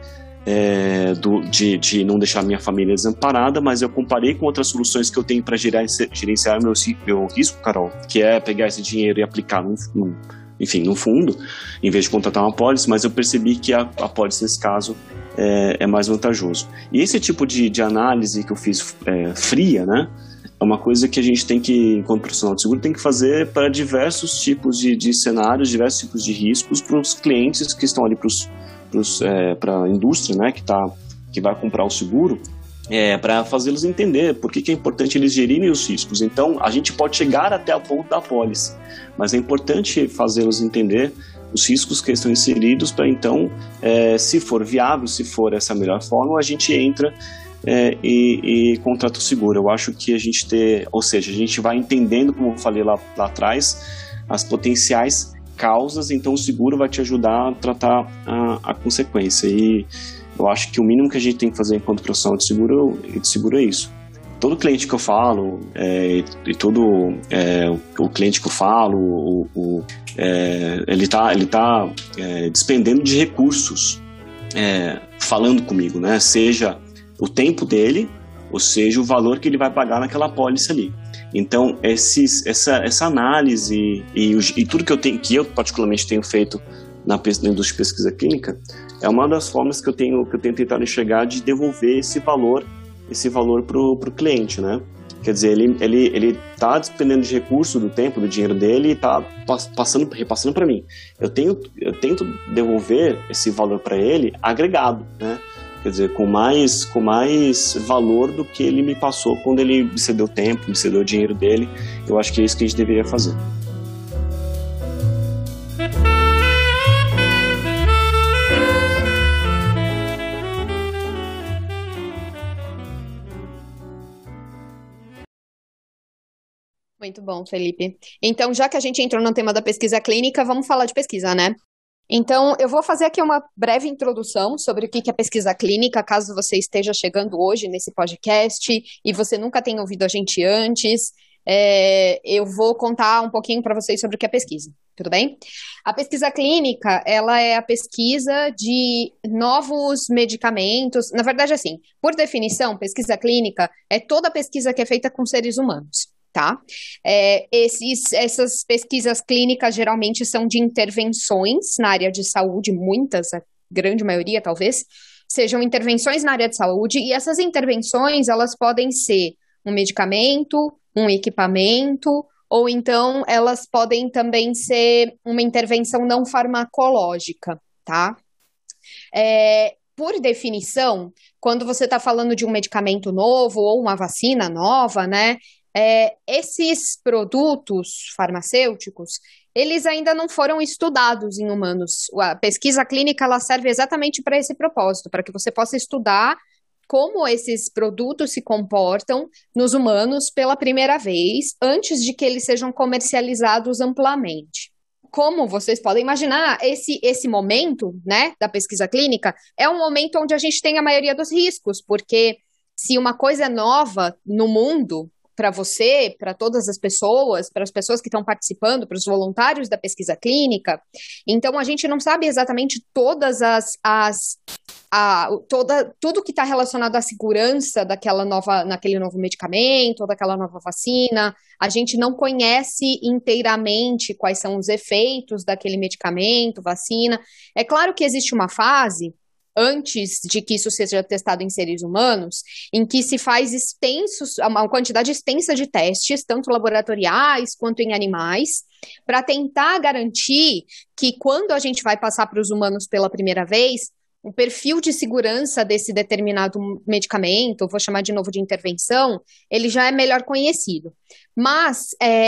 S2: de não deixar minha família desamparada, mas eu comparei com outras soluções que eu tenho para gerenciar meu risco, Carol, que é pegar esse dinheiro e aplicar num fundo, em vez de contratar uma apólice, mas eu percebi que a apólice, nesse caso, é mais vantajoso. E esse tipo de análise que eu fiz fria, né, é uma coisa que a gente tem que, enquanto profissional de seguro, tem que fazer para diversos tipos de cenários, diversos tipos de riscos para os clientes que estão ali, para a indústria, né, que vai comprar o seguro, para fazê-los entender por que é importante eles gerirem os riscos. Então, a gente pode chegar até o ponto da apólice, mas é importante fazê-los entender os riscos que estão inseridos para, então, se for viável, se for essa a melhor forma, a gente entra e contrata o seguro. Eu acho que a gente vai entendendo, como eu falei lá atrás, as potenciais causas, então o seguro vai te ajudar a tratar a consequência. E eu acho que o mínimo que a gente tem que fazer enquanto profissional de seguro é isso. Todo cliente que eu falo, e todo o cliente que eu falo, ele tá despendendo de recursos falando comigo, né? Seja o tempo dele, ou seja o valor que ele vai pagar naquela apólice ali. Então, essa análise e tudo que eu particularmente tenho feito na indústria de pesquisa clínica é uma das formas que eu tenho tentado enxergar de devolver esse valor para o cliente, né? Quer dizer, ele está despendendo de recurso, do tempo, do dinheiro dele e está repassando para mim. Eu tento devolver esse valor para ele agregado, né? Quer dizer, com mais valor do que ele me passou quando ele me cedeu tempo, me cedeu o dinheiro dele. Eu acho que é isso que a gente deveria fazer.
S4: Muito bom, Felipe. Então, já que a gente entrou no tema da pesquisa clínica, vamos falar de pesquisa, né? Então, eu vou fazer aqui uma breve introdução sobre o que é pesquisa clínica, caso você esteja chegando hoje nesse podcast e você nunca tenha ouvido a gente antes. eu vou contar um pouquinho para vocês sobre o que é pesquisa, tudo bem? A pesquisa clínica, ela é a pesquisa de novos medicamentos. Na verdade, assim, por definição, pesquisa clínica é toda pesquisa que é feita com seres humanos, tá? Essas pesquisas clínicas geralmente são de intervenções na área de saúde, muitas, a grande maioria talvez, sejam intervenções na área de saúde, e essas intervenções, elas podem ser um medicamento, um equipamento, ou então elas podem também ser uma intervenção não farmacológica, tá? Por definição, quando você está falando de um medicamento novo ou uma vacina nova, né? Esses produtos farmacêuticos, eles ainda não foram estudados em humanos. A pesquisa clínica, ela serve exatamente para esse propósito, para que você possa estudar como esses produtos se comportam nos humanos pela primeira vez, antes de que eles sejam comercializados amplamente. Como vocês podem imaginar, esse momento, né, da pesquisa clínica é um momento onde a gente tem a maioria dos riscos, porque se uma coisa é nova no mundo, para você, para todas as pessoas, para as pessoas que estão participando, para os voluntários da pesquisa clínica, então a gente não sabe exatamente todas tudo que está relacionado à segurança naquele novo medicamento, ou daquela nova vacina. A gente não conhece inteiramente quais são os efeitos daquele medicamento, vacina. É claro que existe uma fase, antes de que isso seja testado em seres humanos, em que se faz uma quantidade extensa de testes, tanto laboratoriais quanto em animais, para tentar garantir que quando a gente vai passar para os humanos pela primeira vez, o perfil de segurança desse determinado medicamento, vou chamar de novo de intervenção, ele já é melhor conhecido. Mas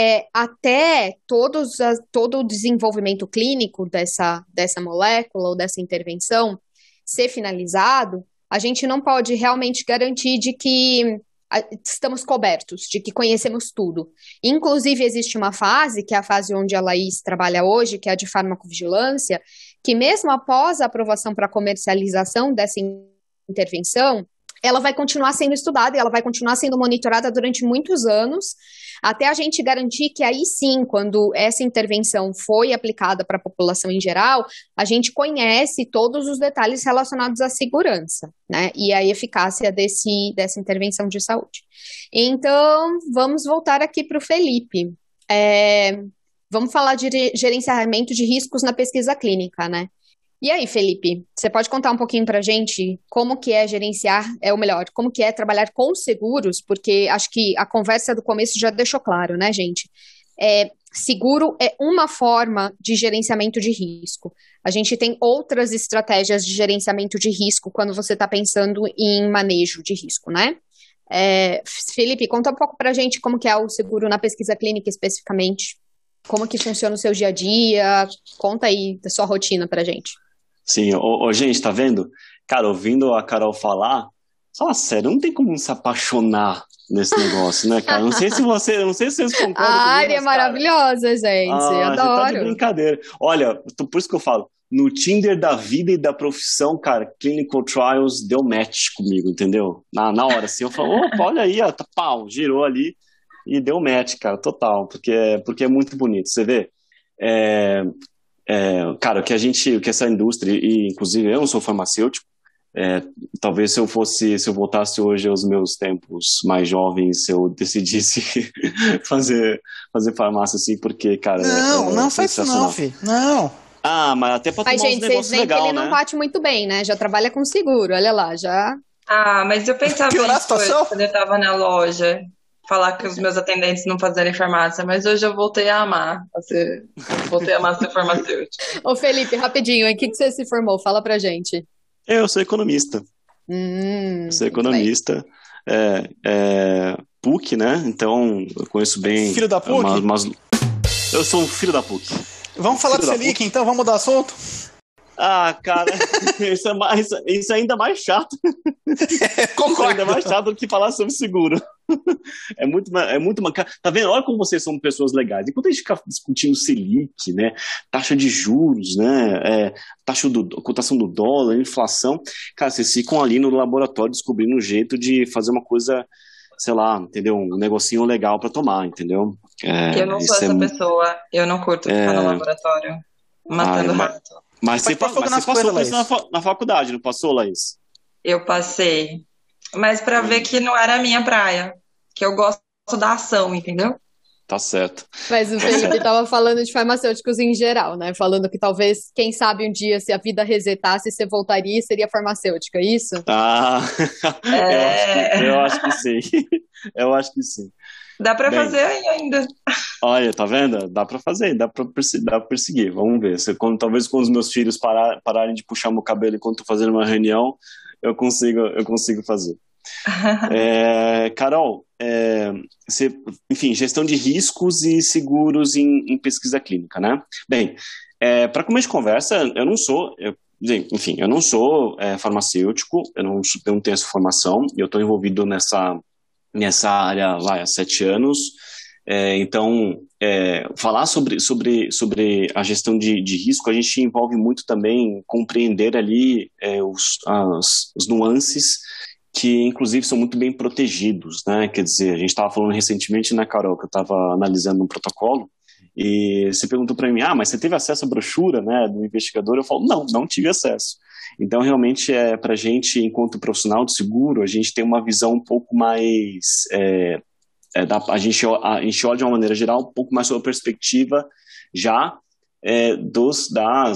S4: até todo o desenvolvimento clínico dessa molécula ou dessa intervenção ser finalizado, a gente não pode realmente garantir de que estamos cobertos, de que conhecemos tudo. Inclusive, existe uma fase, que é a fase onde a Laís trabalha hoje, que é a de farmacovigilância, que mesmo após a aprovação para comercialização dessa intervenção, ela vai continuar sendo estudada e ela vai continuar sendo monitorada durante muitos anos, até a gente garantir que aí sim, quando essa intervenção foi aplicada para a população em geral, a gente conhece todos os detalhes relacionados à segurança, né, e à eficácia dessa intervenção de saúde. Então, vamos voltar aqui para o Felipe. Vamos falar de gerenciamento de riscos na pesquisa clínica, né? E aí, Felipe, você pode contar um pouquinho pra gente como que é gerenciar, como que é trabalhar com seguros, porque acho que a conversa do começo já deixou claro, né, gente? Seguro é uma forma de gerenciamento de risco. A gente tem outras estratégias de gerenciamento de risco quando você está pensando em manejo de risco, né? Felipe, conta um pouco pra gente como que é o seguro na pesquisa clínica especificamente. Como que funciona o seu dia a dia? Conta aí da sua rotina pra gente.
S2: Sim, gente, tá vendo? Cara, ouvindo a Carol falar, fala sério, não tem como se apaixonar nesse negócio, né, cara? Não sei se vocês concordam
S4: A
S2: comigo,
S4: área é maravilhosa, gente.
S2: Você tá de
S4: Adoro.
S2: brincadeira. Olha, por isso que eu falo, no Tinder da vida e da profissão, cara, Clinical Trials deu match comigo, entendeu? Na hora, assim, eu falo, opa, olha aí, ó, pau, girou ali e deu match, cara, total, porque é muito bonito. Você vê, cara, o que essa indústria, e inclusive eu não sou farmacêutico, talvez se eu voltasse hoje aos meus tempos mais jovens, se eu decidisse fazer farmácia assim, porque, cara...
S1: Não faz isso não, filho. Não.
S2: Ah, mas até pra tomar uns negócios legais,
S4: que ele não bate muito bem, né? Já trabalha com seguro, olha lá, já...
S7: Ah, mas eu pensava
S1: nisso
S7: quando eu tava na loja, falar que os meus atendentes não fazerem farmácia, mas hoje eu voltei a amar ser farmacêutico.
S4: Ô Felipe, rapidinho, em que você se formou? Fala pra gente.
S2: Eu sou economista. Sou economista. PUC, né? Então, eu conheço bem...
S1: Filho da PUC?
S2: Eu sou um filho da PUC.
S1: Vamos falar do Selic, então? Vamos mudar assunto?
S2: Ah, cara, isso é ainda mais chato.
S1: Concordo.
S2: Ainda mais chato do que falar sobre seguro. É muito tá vendo? Olha como vocês são pessoas legais. Enquanto a gente fica discutindo Selic, né, taxa de juros, né, cotação do dólar, inflação, cara, vocês ficam ali no laboratório descobrindo um jeito de fazer uma coisa sei lá, entendeu? Um negocinho legal para tomar, entendeu?
S7: Eu não sou essa pessoa, eu não curto ficar no laboratório matando rato.
S2: Mas você passou por isso na faculdade, não passou, Laís?
S7: Eu passei, mas para ver que não era a minha praia, que eu gosto da ação, entendeu?
S2: Tá certo.
S4: Mas o Felipe estava falando de farmacêuticos em geral, né? Falando que talvez, quem sabe um dia, se a vida resetasse, você voltaria e seria farmacêutica, é isso?
S2: Eu acho que sim. Eu acho que sim.
S7: Dá pra fazer ainda.
S2: Olha, tá vendo? Dá pra fazer, dá pra perseguir. Vamos ver. Talvez quando os meus filhos pararem de puxar meu cabelo enquanto tô fazendo uma reunião, eu consigo fazer. Carol, enfim, gestão de riscos e seguros em pesquisa clínica, né? Bem, para começo de conversa, eu não sou farmacêutico, eu não tenho essa formação, eu estou envolvido nessa área há 7 anos, então falar sobre a gestão de risco, a gente envolve muito também compreender ali os nuances que inclusive são muito bem protegidos, né? Quer dizer, a gente estava falando recentemente, né, Carol, que eu estava analisando um protocolo, e você perguntou para mim, mas você teve acesso à brochura, né, do investigador? Eu falo, não tive acesso. Então, realmente, para a gente, enquanto profissional de seguro, a gente tem uma visão um pouco mais, a gente olha de uma maneira geral um pouco mais sobre a perspectiva já dos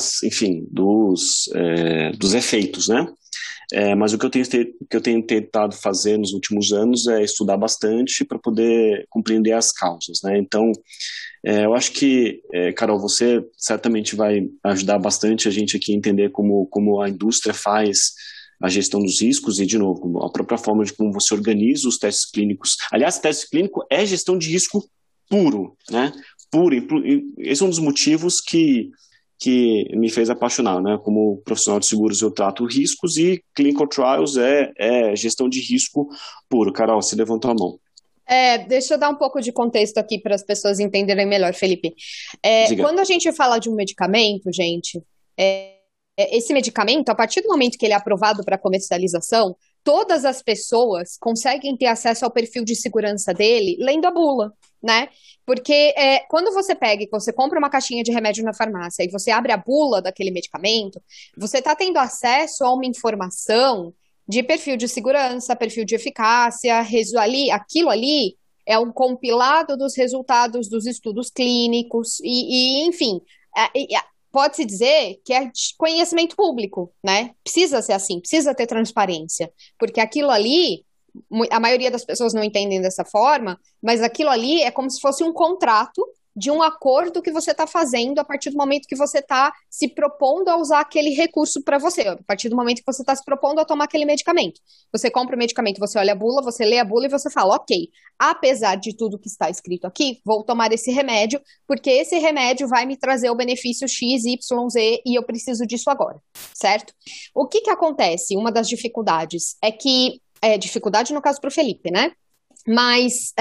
S2: efeitos, né? Mas o que eu tenho tentado fazer nos últimos anos é estudar bastante para poder compreender as causas, né? Então, eu acho que, Carol, você certamente vai ajudar bastante a gente aqui a entender como a indústria faz a gestão dos riscos e, de novo, a própria forma de como você organiza os testes clínicos. Aliás, teste clínico é gestão de risco puro, né? Puro. Esse é um dos motivos que me fez apaixonar, né? Como profissional de seguros eu trato riscos e clinical trials é gestão de risco puro. Carol, você levantou a mão.
S4: Deixa eu dar um pouco de contexto aqui para as pessoas entenderem melhor, Felipe. Quando a gente fala de um medicamento, gente, esse medicamento, a partir do momento que ele é aprovado para comercialização, todas as pessoas conseguem ter acesso ao perfil de segurança dele lendo a bula, né? Porque quando você pega e você compra uma caixinha de remédio na farmácia e você abre a bula daquele medicamento, você está tendo acesso a uma informação de perfil de segurança, perfil de eficácia, aquilo ali é um compilado dos resultados dos estudos clínicos enfim, pode-se dizer que é conhecimento público, né? Precisa ser assim, precisa ter transparência, porque aquilo ali, a maioria das pessoas não entendem dessa forma, mas aquilo ali é como se fosse um contrato de um acordo que você está fazendo a partir do momento que você está se propondo a usar aquele recurso para você, a partir do momento que você está se propondo a tomar aquele medicamento. Você compra o medicamento, você olha a bula, você lê a bula e você fala, ok, apesar de tudo que está escrito aqui, vou tomar esse remédio, porque esse remédio vai me trazer o benefício X, Y, Z e eu preciso disso agora, certo? O que acontece? Uma das dificuldades é que, dificuldade no caso para o Felipe, né? Mas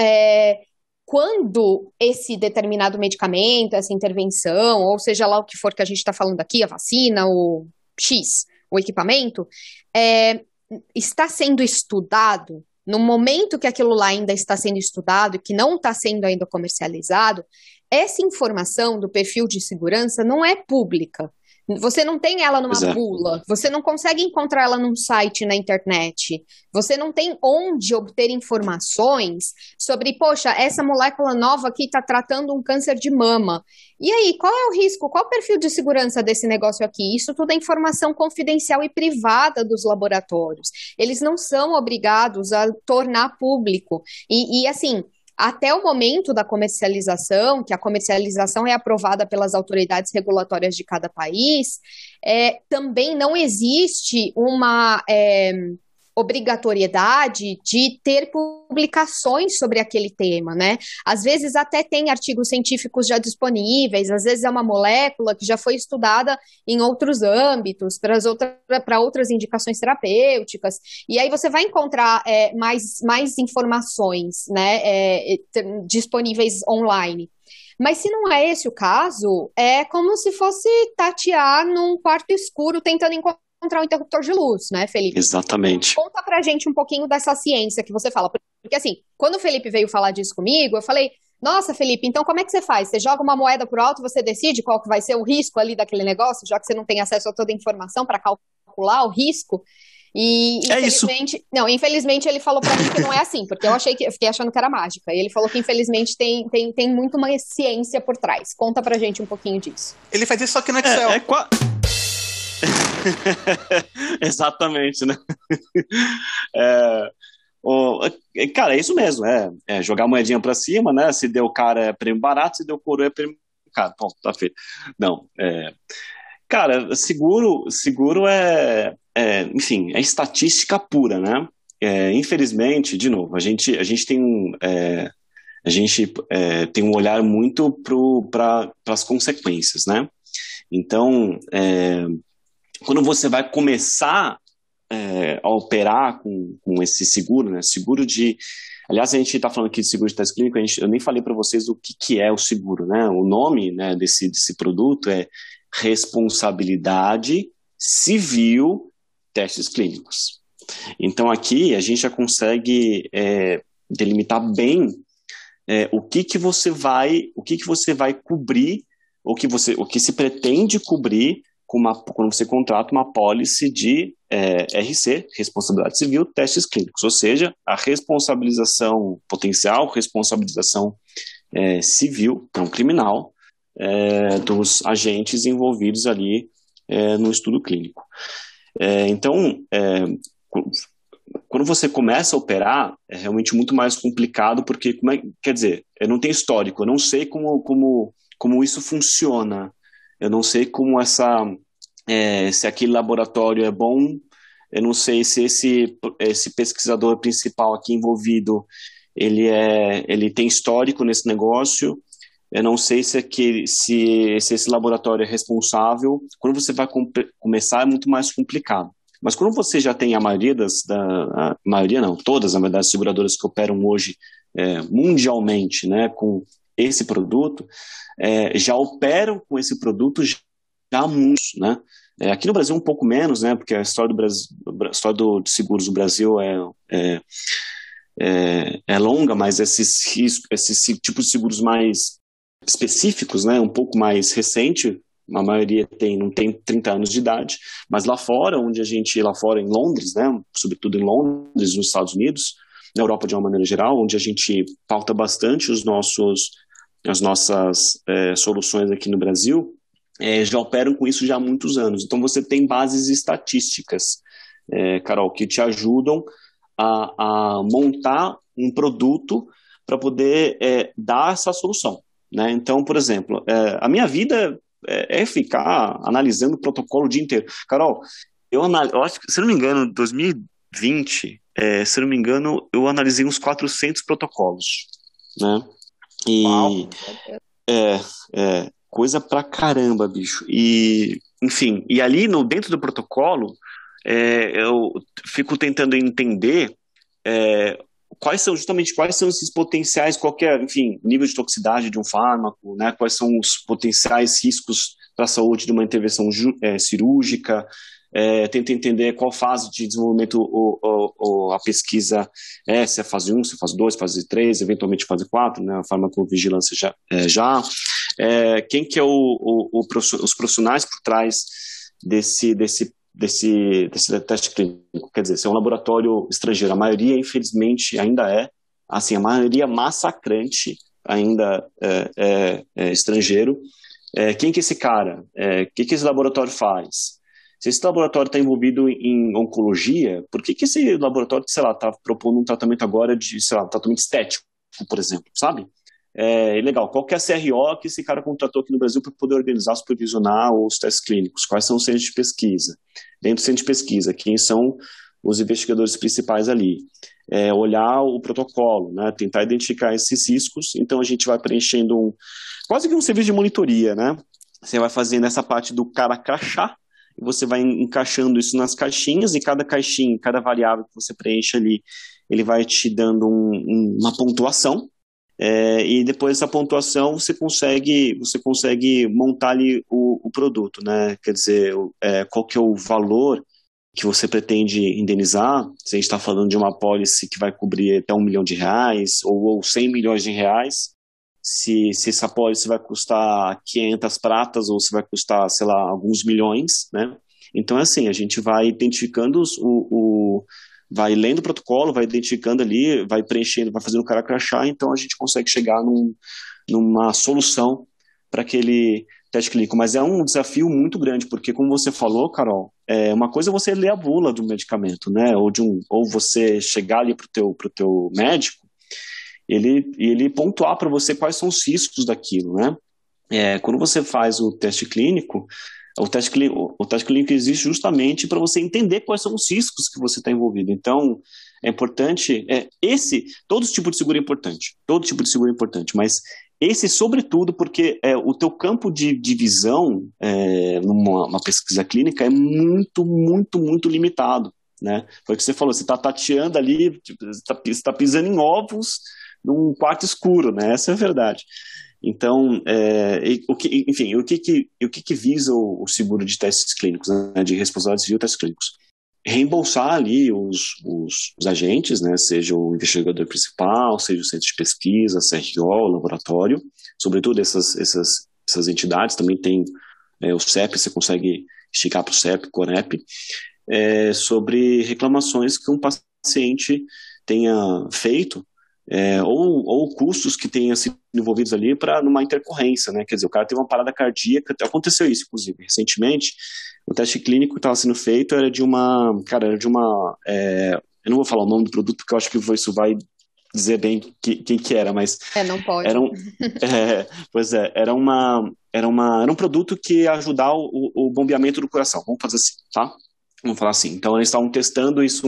S4: quando esse determinado medicamento, essa intervenção, ou seja lá o que for que a gente está falando aqui, a vacina, o X, o equipamento, está sendo estudado, no momento que aquilo lá ainda está sendo estudado e que não está sendo ainda comercializado, essa informação do perfil de segurança não é pública. Você não tem ela numa bula, você não consegue encontrar ela num site na internet, você não tem onde obter informações sobre, poxa, essa molécula nova aqui está tratando um câncer de mama. E aí, qual é o risco? Qual é o perfil de segurança desse negócio aqui? Isso tudo é informação confidencial e privada dos laboratórios. Eles não são obrigados a tornar público. E assim, até o momento da comercialização, que a comercialização é aprovada pelas autoridades regulatórias de cada país, também não existe uma obrigatoriedade de ter publicações sobre aquele tema, né? Às vezes até tem artigos científicos já disponíveis, às vezes é uma molécula que já foi estudada em outros âmbitos, para outras indicações terapêuticas, e aí você vai encontrar mais informações, né, disponíveis online. Mas se não é esse o caso, é como se fosse tatear num quarto escuro tentando encontrar um interruptor de luz, né, Felipe?
S2: Exatamente.
S4: Conta pra gente um pouquinho dessa ciência que você fala. Porque assim, quando o Felipe veio falar disso comigo, eu falei, nossa, Felipe, então como é que você faz? Você joga uma moeda pro alto, você decide qual que vai ser o risco ali daquele negócio, já que você não tem acesso a toda a informação para calcular o risco? E
S2: É isso.
S4: infelizmente ele falou pra mim que não é assim, porque eu fiquei achando que era mágica. E ele falou que infelizmente tem muito mais ciência por trás. Conta pra gente um pouquinho disso.
S1: Ele faz isso só que no Excel.
S2: Exatamente, né? Cara, é isso mesmo, jogar a moedinha pra cima, né? Se deu cara é prêmio barato, se deu coroa é prêmio caro. Bom, tá feito. Não, cara, seguro enfim, é estatística pura, né? Infelizmente, de novo, a gente tem tem um olhar muito para as consequências, né? Então, quando você vai começar a operar com esse seguro, né? Seguro de... Aliás, a gente está falando aqui de seguro de teste clínico, eu nem falei para vocês o que é o seguro, né? O nome, né, desse produto é Responsabilidade Civil Testes Clínicos. Então, aqui a gente já consegue delimitar bem o que você vai cobrir, o que se pretende cobrir quando você contrata uma apólice de RC, Responsabilidade Civil, Testes Clínicos, ou seja, a responsabilização potencial, responsabilização civil, não criminal, dos agentes envolvidos ali no estudo clínico. Então, quando você começa a operar, é realmente muito mais complicado, porque, quer dizer, eu não tenho histórico, eu não sei como isso funciona, eu não sei como se aquele laboratório é bom, eu não sei se esse pesquisador principal aqui envolvido, ele tem histórico nesse negócio, eu não sei se esse laboratório é responsável. Quando você vai começar é muito mais complicado. Mas quando você já tem todas, na verdade, as seguradoras que operam hoje mundialmente, né, com esse produto, já operam com esse produto já há muitos, né? Aqui no Brasil um pouco menos, né, porque a história de seguros do Brasil é longa, mas esses tipos de seguros mais específicos, né, um pouco mais recente, a maioria não tem 30 anos de idade, mas lá fora em Londres, né, sobretudo em Londres, nos Estados Unidos, na Europa de uma maneira geral, onde a gente pauta bastante as nossas soluções aqui no Brasil, já operam com isso já há muitos anos. Então você tem bases estatísticas, Carol, que te ajudam a montar um produto para poder dar essa solução, né? Então, por exemplo, a minha vida é ficar analisando o protocolo o dia inteiro. Carol, eu acho que, se não me engano, em 2020, se não me engano, eu analisei uns 400 protocolos, né? E
S4: Uau.
S2: Coisa pra caramba, bicho. E, enfim, e ali dentro do protocolo, eu fico tentando entender quais são esses potenciais, enfim, nível de toxicidade de um fármaco, né? Quais são os potenciais riscos para a saúde de uma intervenção cirúrgica. Tenta entender qual fase de desenvolvimento a pesquisa se é fase 1, se é fase 2, fase 3, eventualmente fase 4, né, a farmacovigilância já. Quem que é os profissionais por trás desse teste clínico? Quer dizer, se é um laboratório estrangeiro, a maioria, infelizmente, ainda assim, a maioria massacrante ainda é estrangeiro. Quem que é esse cara? O que esse laboratório faz? Se esse laboratório está envolvido em oncologia, por que esse laboratório, sei lá, está propondo um tratamento agora de, sei lá, um tratamento estético, por exemplo, sabe? Legal. Qual que é a CRO que esse cara contratou aqui no Brasil para poder organizar, supervisionar os testes clínicos? Quais são os centros de pesquisa? Dentro do centro de pesquisa, quem são os investigadores principais ali? Olhar o protocolo, né? Tentar identificar esses riscos. Então, a gente vai preenchendo quase que um serviço de monitoria, né? Você vai fazendo essa parte do cara crachá, você vai encaixando isso nas caixinhas, e cada caixinha, cada variável que você preenche ali, ele vai te dando uma pontuação, e depois dessa pontuação você consegue montar ali o produto, né? Quer dizer, qual que é o valor que você pretende indenizar, se a gente está falando de uma apólice que vai cobrir até R$1 milhão, ou 100 milhões de reais, se essa apólice vai custar 500 pratas, ou se vai custar, sei lá, alguns milhões, né? Então, assim, a gente vai identificando vai lendo o protocolo, vai identificando ali, vai preenchendo, vai fazendo o cara crachar, então a gente consegue chegar numa solução para aquele teste clínico. Mas é um desafio muito grande, porque como você falou, Carol, uma coisa é você ler a bula do medicamento, né? Ou você chegar ali pro teu médico, ele pontuar para você quais são os riscos daquilo, né? Quando você faz o teste clínico, o teste clínico existe justamente para você entender quais são os riscos que você está envolvido. Então, é importante, todo tipo de seguro é importante, mas esse sobretudo porque o teu campo de visão numa pesquisa clínica é muito, muito, muito limitado, né? Foi o que você falou, você está tateando ali, você está pisando em ovos num quarto escuro, né? Essa é a verdade. Então, o que visa o seguro de testes clínicos, né, de responsabilidade civil testes clínicos? Reembolsar ali os agentes, né, seja o investigador principal, seja o centro de pesquisa, CRO, laboratório, sobretudo essas entidades, também tem o CEP, você consegue esticar para o CEP, CONEP, sobre reclamações que um paciente tenha feito, ou custos que tenham sido envolvidos ali numa intercorrência, né? Quer dizer, o cara teve uma parada cardíaca, aconteceu isso, inclusive, recentemente, o teste clínico que estava sendo feito era de uma, eu não vou falar o nome do produto, porque eu acho que isso vai dizer bem quem que era, mas...
S4: não pode.
S2: Era um produto que ia ajudar o bombeamento do coração, vamos fazer assim, tá? Vamos falar assim. Então, eles estavam testando isso,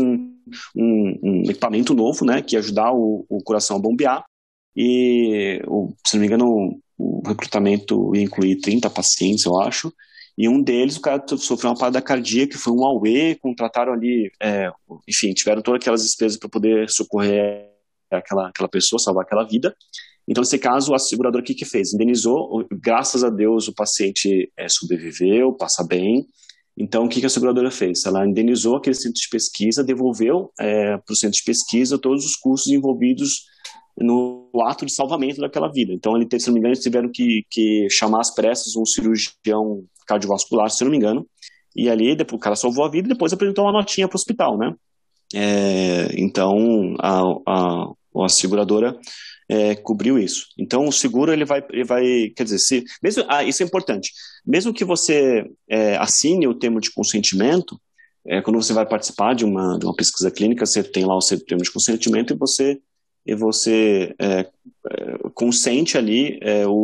S2: um equipamento novo, né, que ia ajudar o coração a bombear. E, se não me engano, o recrutamento ia incluir 30 pacientes, eu acho. E um deles, o cara sofreu uma parada cardíaca, que foi um AUE, contrataram ali, enfim, tiveram todas aquelas despesas para poder socorrer aquela pessoa, salvar aquela vida. Então, nesse caso, a seguradora, o que fez? Indenizou, graças a Deus, o paciente sobreviveu, passa bem. Então, o que a seguradora fez? Ela indenizou aquele centro de pesquisa, devolveu para o centro de pesquisa todos os custos envolvidos no ato de salvamento daquela vida. Então, se não me engano, eles tiveram que chamar às pressas um cirurgião cardiovascular, se não me engano, e ali depois, o cara salvou a vida e depois apresentou uma notinha para o hospital, né? Então, a seguradora cobriu isso. Então, o seguro ele vai quer dizer, isso é importante. Mesmo que você assine o termo de consentimento, quando você vai participar de uma pesquisa clínica, você tem lá o seu termo de consentimento e você consente ali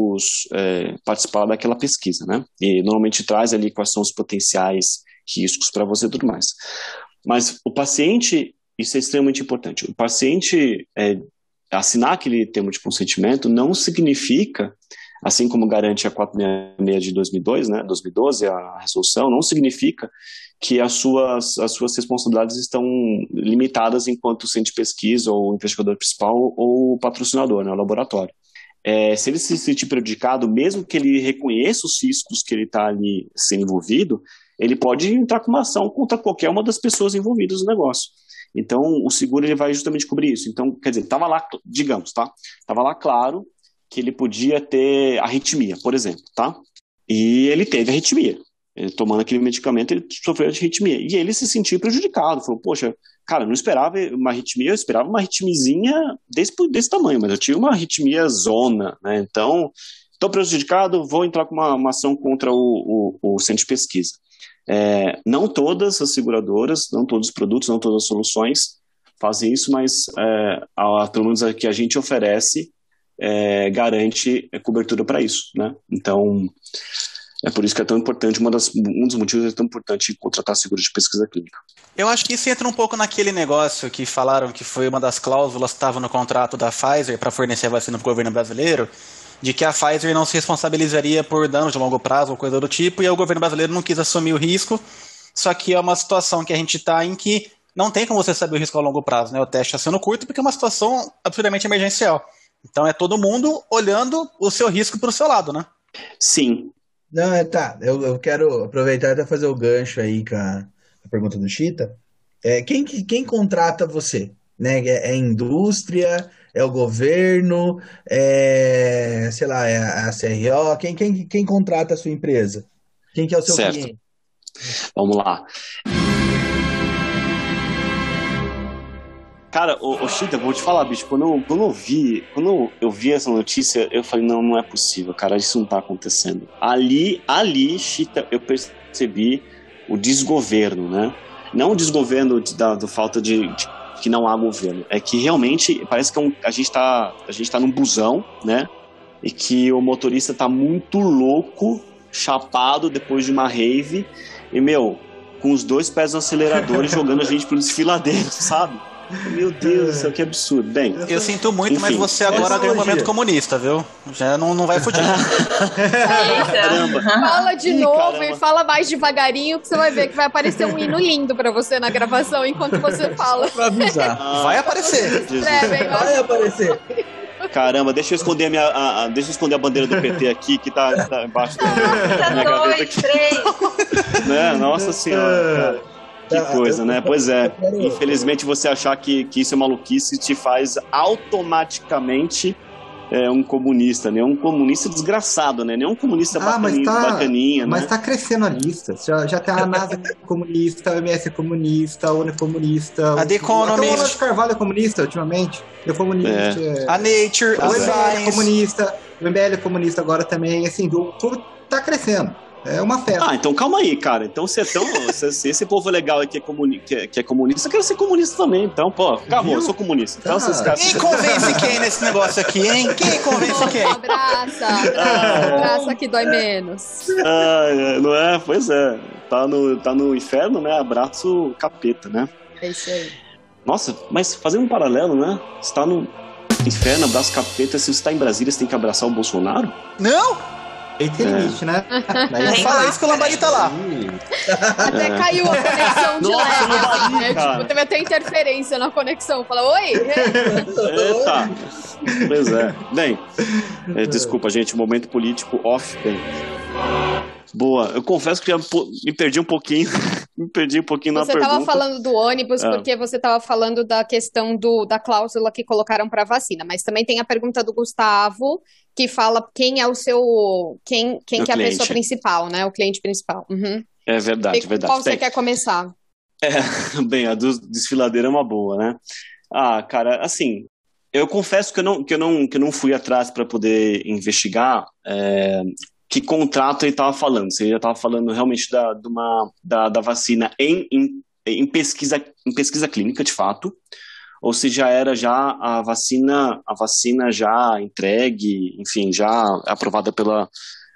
S2: participar daquela pesquisa, né? E normalmente traz ali quais são os potenciais riscos para você e tudo mais. Mas o paciente, isso é extremamente importante, o paciente assinar aquele termo de consentimento não significa, assim como garante a 466 de 2002, né, 2012, a resolução, não significa que as suas responsabilidades estão limitadas enquanto centro de pesquisa ou investigador principal ou patrocinador, né, o laboratório. Se ele se sentir prejudicado, mesmo que ele reconheça os riscos que ele está ali sendo envolvido, ele pode entrar com uma ação contra qualquer uma das pessoas envolvidas no negócio. Então, o seguro ele vai justamente cobrir isso. Então, quer dizer, estava lá, digamos, tá? Estava lá claro que ele podia ter arritmia, por exemplo, tá? E ele teve arritmia. Ele, tomando aquele medicamento, ele sofreu arritmia. E ele se sentiu prejudicado. Falou, poxa, cara, eu não esperava uma arritmia, eu esperava uma arritmizinha desse tamanho, mas eu tive uma arritmia zona, né? Então, estou prejudicado, vou entrar com uma ação contra o centro de pesquisa. Não todas as seguradoras, não todos os produtos, não todas as soluções fazem isso, mas pelo menos a que a gente oferece garante cobertura para isso, né? Então, é por isso que é tão importante, um dos motivos é tão importante contratar seguro de pesquisa clínica.
S1: Eu acho que isso entra um pouco naquele negócio que falaram que foi uma das cláusulas que estava no contrato da Pfizer para fornecer a vacina para o governo brasileiro, de que a Pfizer não se responsabilizaria por danos de longo prazo ou coisa do tipo, e o governo brasileiro não quis assumir o risco, só que é uma situação que a gente está em que não tem como você saber o risco a longo prazo, né? O teste está sendo curto porque é uma situação absolutamente emergencial. Então é todo mundo olhando o seu risco para o seu lado, né?
S2: Sim.
S3: Não, tá. Eu quero aproveitar até fazer o gancho aí com a a pergunta do Chita, quem contrata você? Né? É a indústria, é o governo, sei lá, é a CRO? Quem contrata a sua empresa? Quem que é o seu
S2: Certo.
S3: cliente?
S2: Vamos lá. Cara, ô Chita, vou te falar, bicho, quando eu vi essa notícia, eu falei, não é possível, cara, isso não tá acontecendo. Ali, Chita, eu percebi o desgoverno, né? Não o desgoverno da falta de que não há governo, é que realmente parece que a gente tá num busão, né? E que o motorista tá muito louco, chapado depois de uma rave, e, com os 2 pés no acelerador e jogando a gente pro desfiladeiro, sabe? Meu Deus do céu, que absurdo. Bem,
S1: eu sinto muito,
S2: enfim,
S1: mas você agora ganhou um momento comunista, viu? Já não vai fugir.
S2: Caramba.
S4: Fala de novo
S2: caramba.
S4: e fala mais devagarinho, que você vai ver que vai aparecer um hino lindo pra você na gravação enquanto você fala.
S3: Pra avisar.
S1: Vai aparecer.
S3: Vai aparecer.
S2: Caramba, deixa eu esconder deixa eu esconder a bandeira do PT aqui, que tá embaixo da minha gaveta aqui.
S7: 3.
S2: Né? Nossa senhora, cara. Que coisa, né? Pois é. Infelizmente, você achar que isso é maluquice te faz automaticamente um comunista, né? Um comunista desgraçado, né? Nem um comunista bacaninha,
S8: mas
S2: né?
S8: tá crescendo a lista. Já tem a NASA comunista, a OMS comunista, a ONU comunista.
S1: A The Economist.
S8: Até o Olavo de Carvalho é comunista, ultimamente. É comunista.
S1: A Nature, a
S8: o MBL é
S1: Science.
S8: comunista. O MBL é comunista agora também. Assim, o clube tá crescendo. É uma festa.
S2: Então calma aí, cara. Então se esse povo legal aí que é comunista, eu quero ser comunista também. Então, acabou, eu sou comunista. Então,
S1: Quem convence quem nesse negócio aqui, hein? Quem convence quem?
S4: Abraça que dói menos.
S2: Não é? Pois é. Tá no inferno, né? Abraço capeta, né?
S4: É isso aí.
S2: Nossa, mas fazendo um paralelo, né? Você tá no inferno, abraço capeta. Se você tá em Brasília, você tem que abraçar o Bolsonaro?
S1: Não!
S8: Aí tem limite, né?
S1: Não fala isso que o Lambari tá lá.
S4: Até caiu a conexão de
S2: Nossa,
S4: leve, assim,
S2: Lambari,
S4: né?
S2: cara.
S4: Teve até interferência na conexão. Fala, oi!
S2: Eita! Pois é. Bem, desculpa, gente, momento político off. Bem. Boa, eu confesso que já me perdi um pouquinho. Na pergunta.
S4: Você estava falando do ônibus porque você estava falando da questão da cláusula que colocaram para vacina, mas também tem a pergunta do Gustavo, que fala quem é o seu... Quem que é a pessoa principal, né? O cliente principal. Uhum.
S2: É verdade, verdade.
S4: Qual você quer começar?
S2: Bem, a do desfiladeiro é uma boa, né? Cara, assim, eu confesso que eu não fui atrás para poder investigar que contrato ele estava falando. Se ele já estava falando realmente da vacina em pesquisa clínica, de fato, ou se já era a vacina já entregue, enfim, já aprovada pelo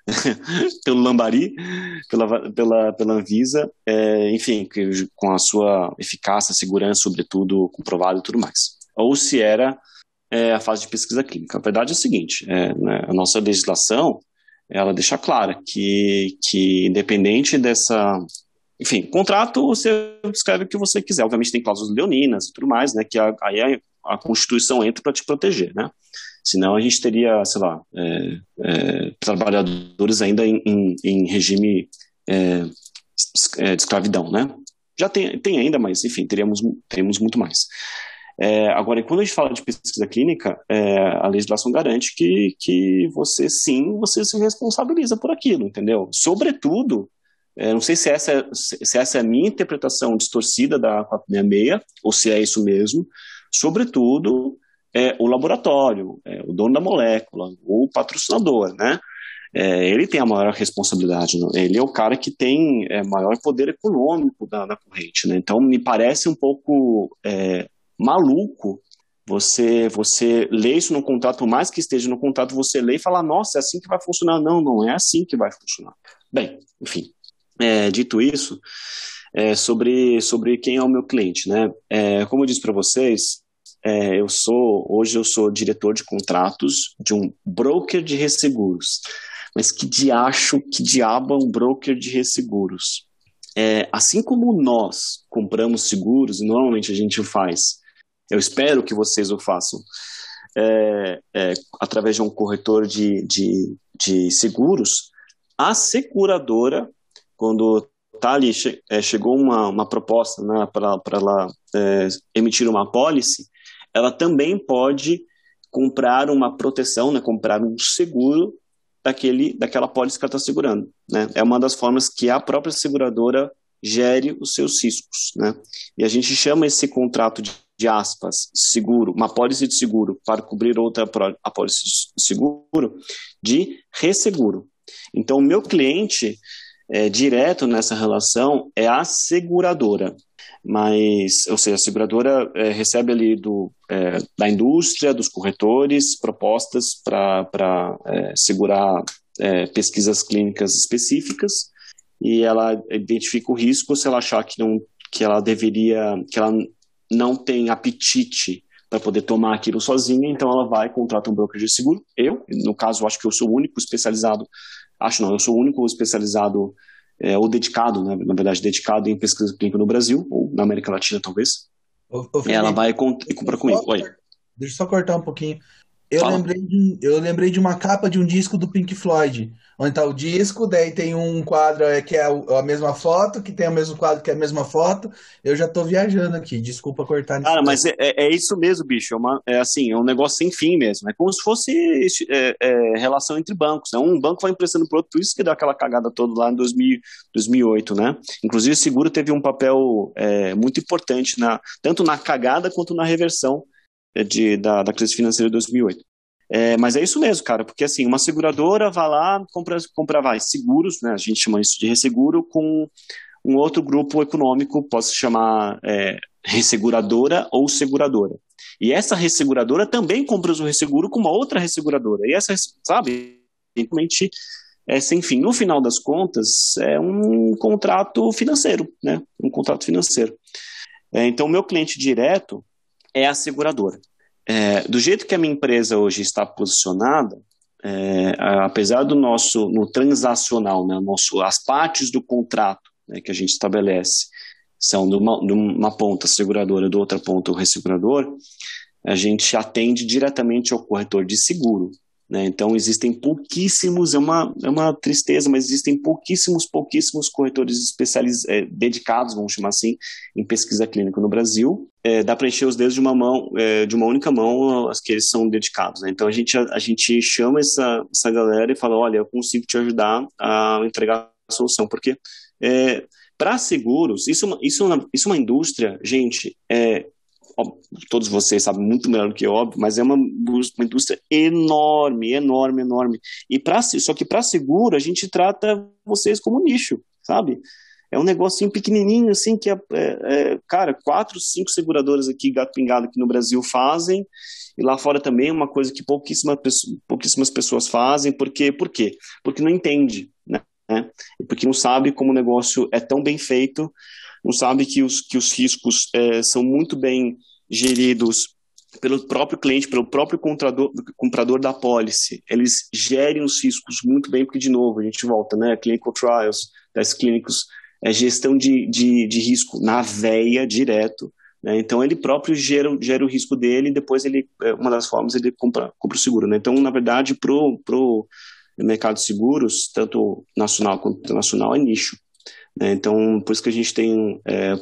S2: Lambari, pela Anvisa, enfim, com a sua eficácia, segurança, sobretudo, comprovada e tudo mais. Ou se era a fase de pesquisa clínica. A verdade é o seguinte, né, a nossa legislação, ela deixa clara que independente dessa... Enfim, contrato, você escreve o que você quiser. Obviamente tem cláusulas leoninas e tudo mais, né? Que aí a Constituição entra para te proteger, né? Senão a gente teria, sei lá, trabalhadores ainda em regime de escravidão, né? Já tem ainda, mas, enfim, teremos muito mais. Agora, quando a gente fala de pesquisa clínica, a legislação garante que você se responsabiliza por aquilo, entendeu? Sobretudo, não sei se essa é a minha interpretação distorcida da 466, ou se é isso mesmo, sobretudo o laboratório, o dono da molécula, o patrocinador, né? Ele tem a maior responsabilidade, né? Ele é o cara que tem maior poder econômico da corrente, né? Então, me parece um pouco maluco você lê isso no contrato, por mais que esteja no contrato, você lê e fala, nossa, é assim que vai funcionar. Não é assim que vai funcionar. Bem, enfim, dito isso, sobre quem é o meu cliente, né? Como eu disse para vocês, hoje eu sou diretor de contratos de um broker de resseguros. Mas que diabo é um broker de resseguros? Assim como nós compramos seguros, e normalmente a gente o faz, eu espero que vocês o façam, através de um corretor de seguros, a seguradora, quando chegou uma proposta, né, para ela emitir uma apólice, ela também pode comprar uma proteção, né, comprar um seguro daquela apólice que ela está segurando, né? É uma das formas que a própria seguradora gere os seus riscos, né? E a gente chama esse contrato de aspas, seguro, uma apólice de seguro para cobrir outra apólice de seguro, de resseguro. Então, o meu cliente direto nessa relação é a seguradora, ou seja, a seguradora recebe ali da indústria, dos corretores, propostas para segurar pesquisas clínicas específicas, e ela identifica o risco se ela achar que ela não tem apetite para poder tomar aquilo sozinha, então ela vai e contrata um broker de seguro. No caso, acho que eu sou o único especializado, eu sou o único especializado ou dedicado, né, na verdade, dedicado em pesquisa clínica no Brasil, ou na América Latina, talvez.
S3: Felipe,
S2: ela vai e compra comigo. Oi.
S3: Deixa eu só cortar um pouquinho.
S2: Fala.
S3: Eu lembrei de uma capa de um disco do Pink Floyd, onde tá o disco, daí tem um quadro que é a mesma foto, que tem o mesmo quadro que é a mesma foto. Eu já tô viajando aqui, desculpa cortar nisso.
S2: Cara, mas é isso mesmo, bicho. É um negócio sem fim mesmo. É como se fosse relação entre bancos, né? Um banco vai emprestando pro outro, por isso que deu aquela cagada toda lá em 2008, né? Inclusive o seguro teve um papel muito importante, tanto na cagada quanto na reversão da crise financeira de 2008. Mas é isso mesmo, cara, porque assim, uma seguradora vai lá, compra seguros, né, a gente chama isso de resseguro, com um outro grupo econômico, pode se chamar resseguradora ou seguradora. E essa resseguradora também compra o resseguro com uma outra resseguradora. E essa, sabe, realmente sem fim. No final das contas, é um contrato financeiro, né, um contrato financeiro. Então, o meu cliente direto é a seguradora. Do jeito que a minha empresa hoje está posicionada, apesar no transacional, né, as partes do contrato, né, que a gente estabelece são de uma ponta seguradora, de outra ponta o ressegurador, a gente atende diretamente ao corretor de seguro, né? Então existem pouquíssimos, é uma tristeza, mas existem pouquíssimos corretores dedicados, vamos chamar assim, em pesquisa clínica no Brasil. Dá para encher os dedos de uma única mão as que eles são dedicados, né? Então a gente chama essa galera e fala, olha, eu consigo te ajudar a entregar a solução, porque para seguros, isso é uma indústria, gente, todos vocês sabem muito melhor do que óbvio, mas é uma indústria enorme. Só que para seguro, a gente trata vocês como nicho, sabe? É um negocinho pequenininho, assim, que cara, 4, 5 seguradoras aqui, gato pingado aqui no Brasil fazem, e lá fora também é uma coisa que pouquíssimas pessoas fazem. Por quê? Porque não entende, né? Porque não sabe como o negócio é tão bem feito, não sabe que os riscos são muito bem geridos pelo próprio cliente, pelo próprio comprador da apólice. Eles gerem os riscos muito bem, porque, de novo, a gente volta, né? Clinical trials, testes clínicos, gestão de risco na veia, direto, né? Então, ele próprio gera o risco dele e depois uma das formas, ele compra o seguro, né? Então, na verdade, pro mercado de seguros, tanto nacional quanto internacional, é nicho. Então, por isso que a gente tem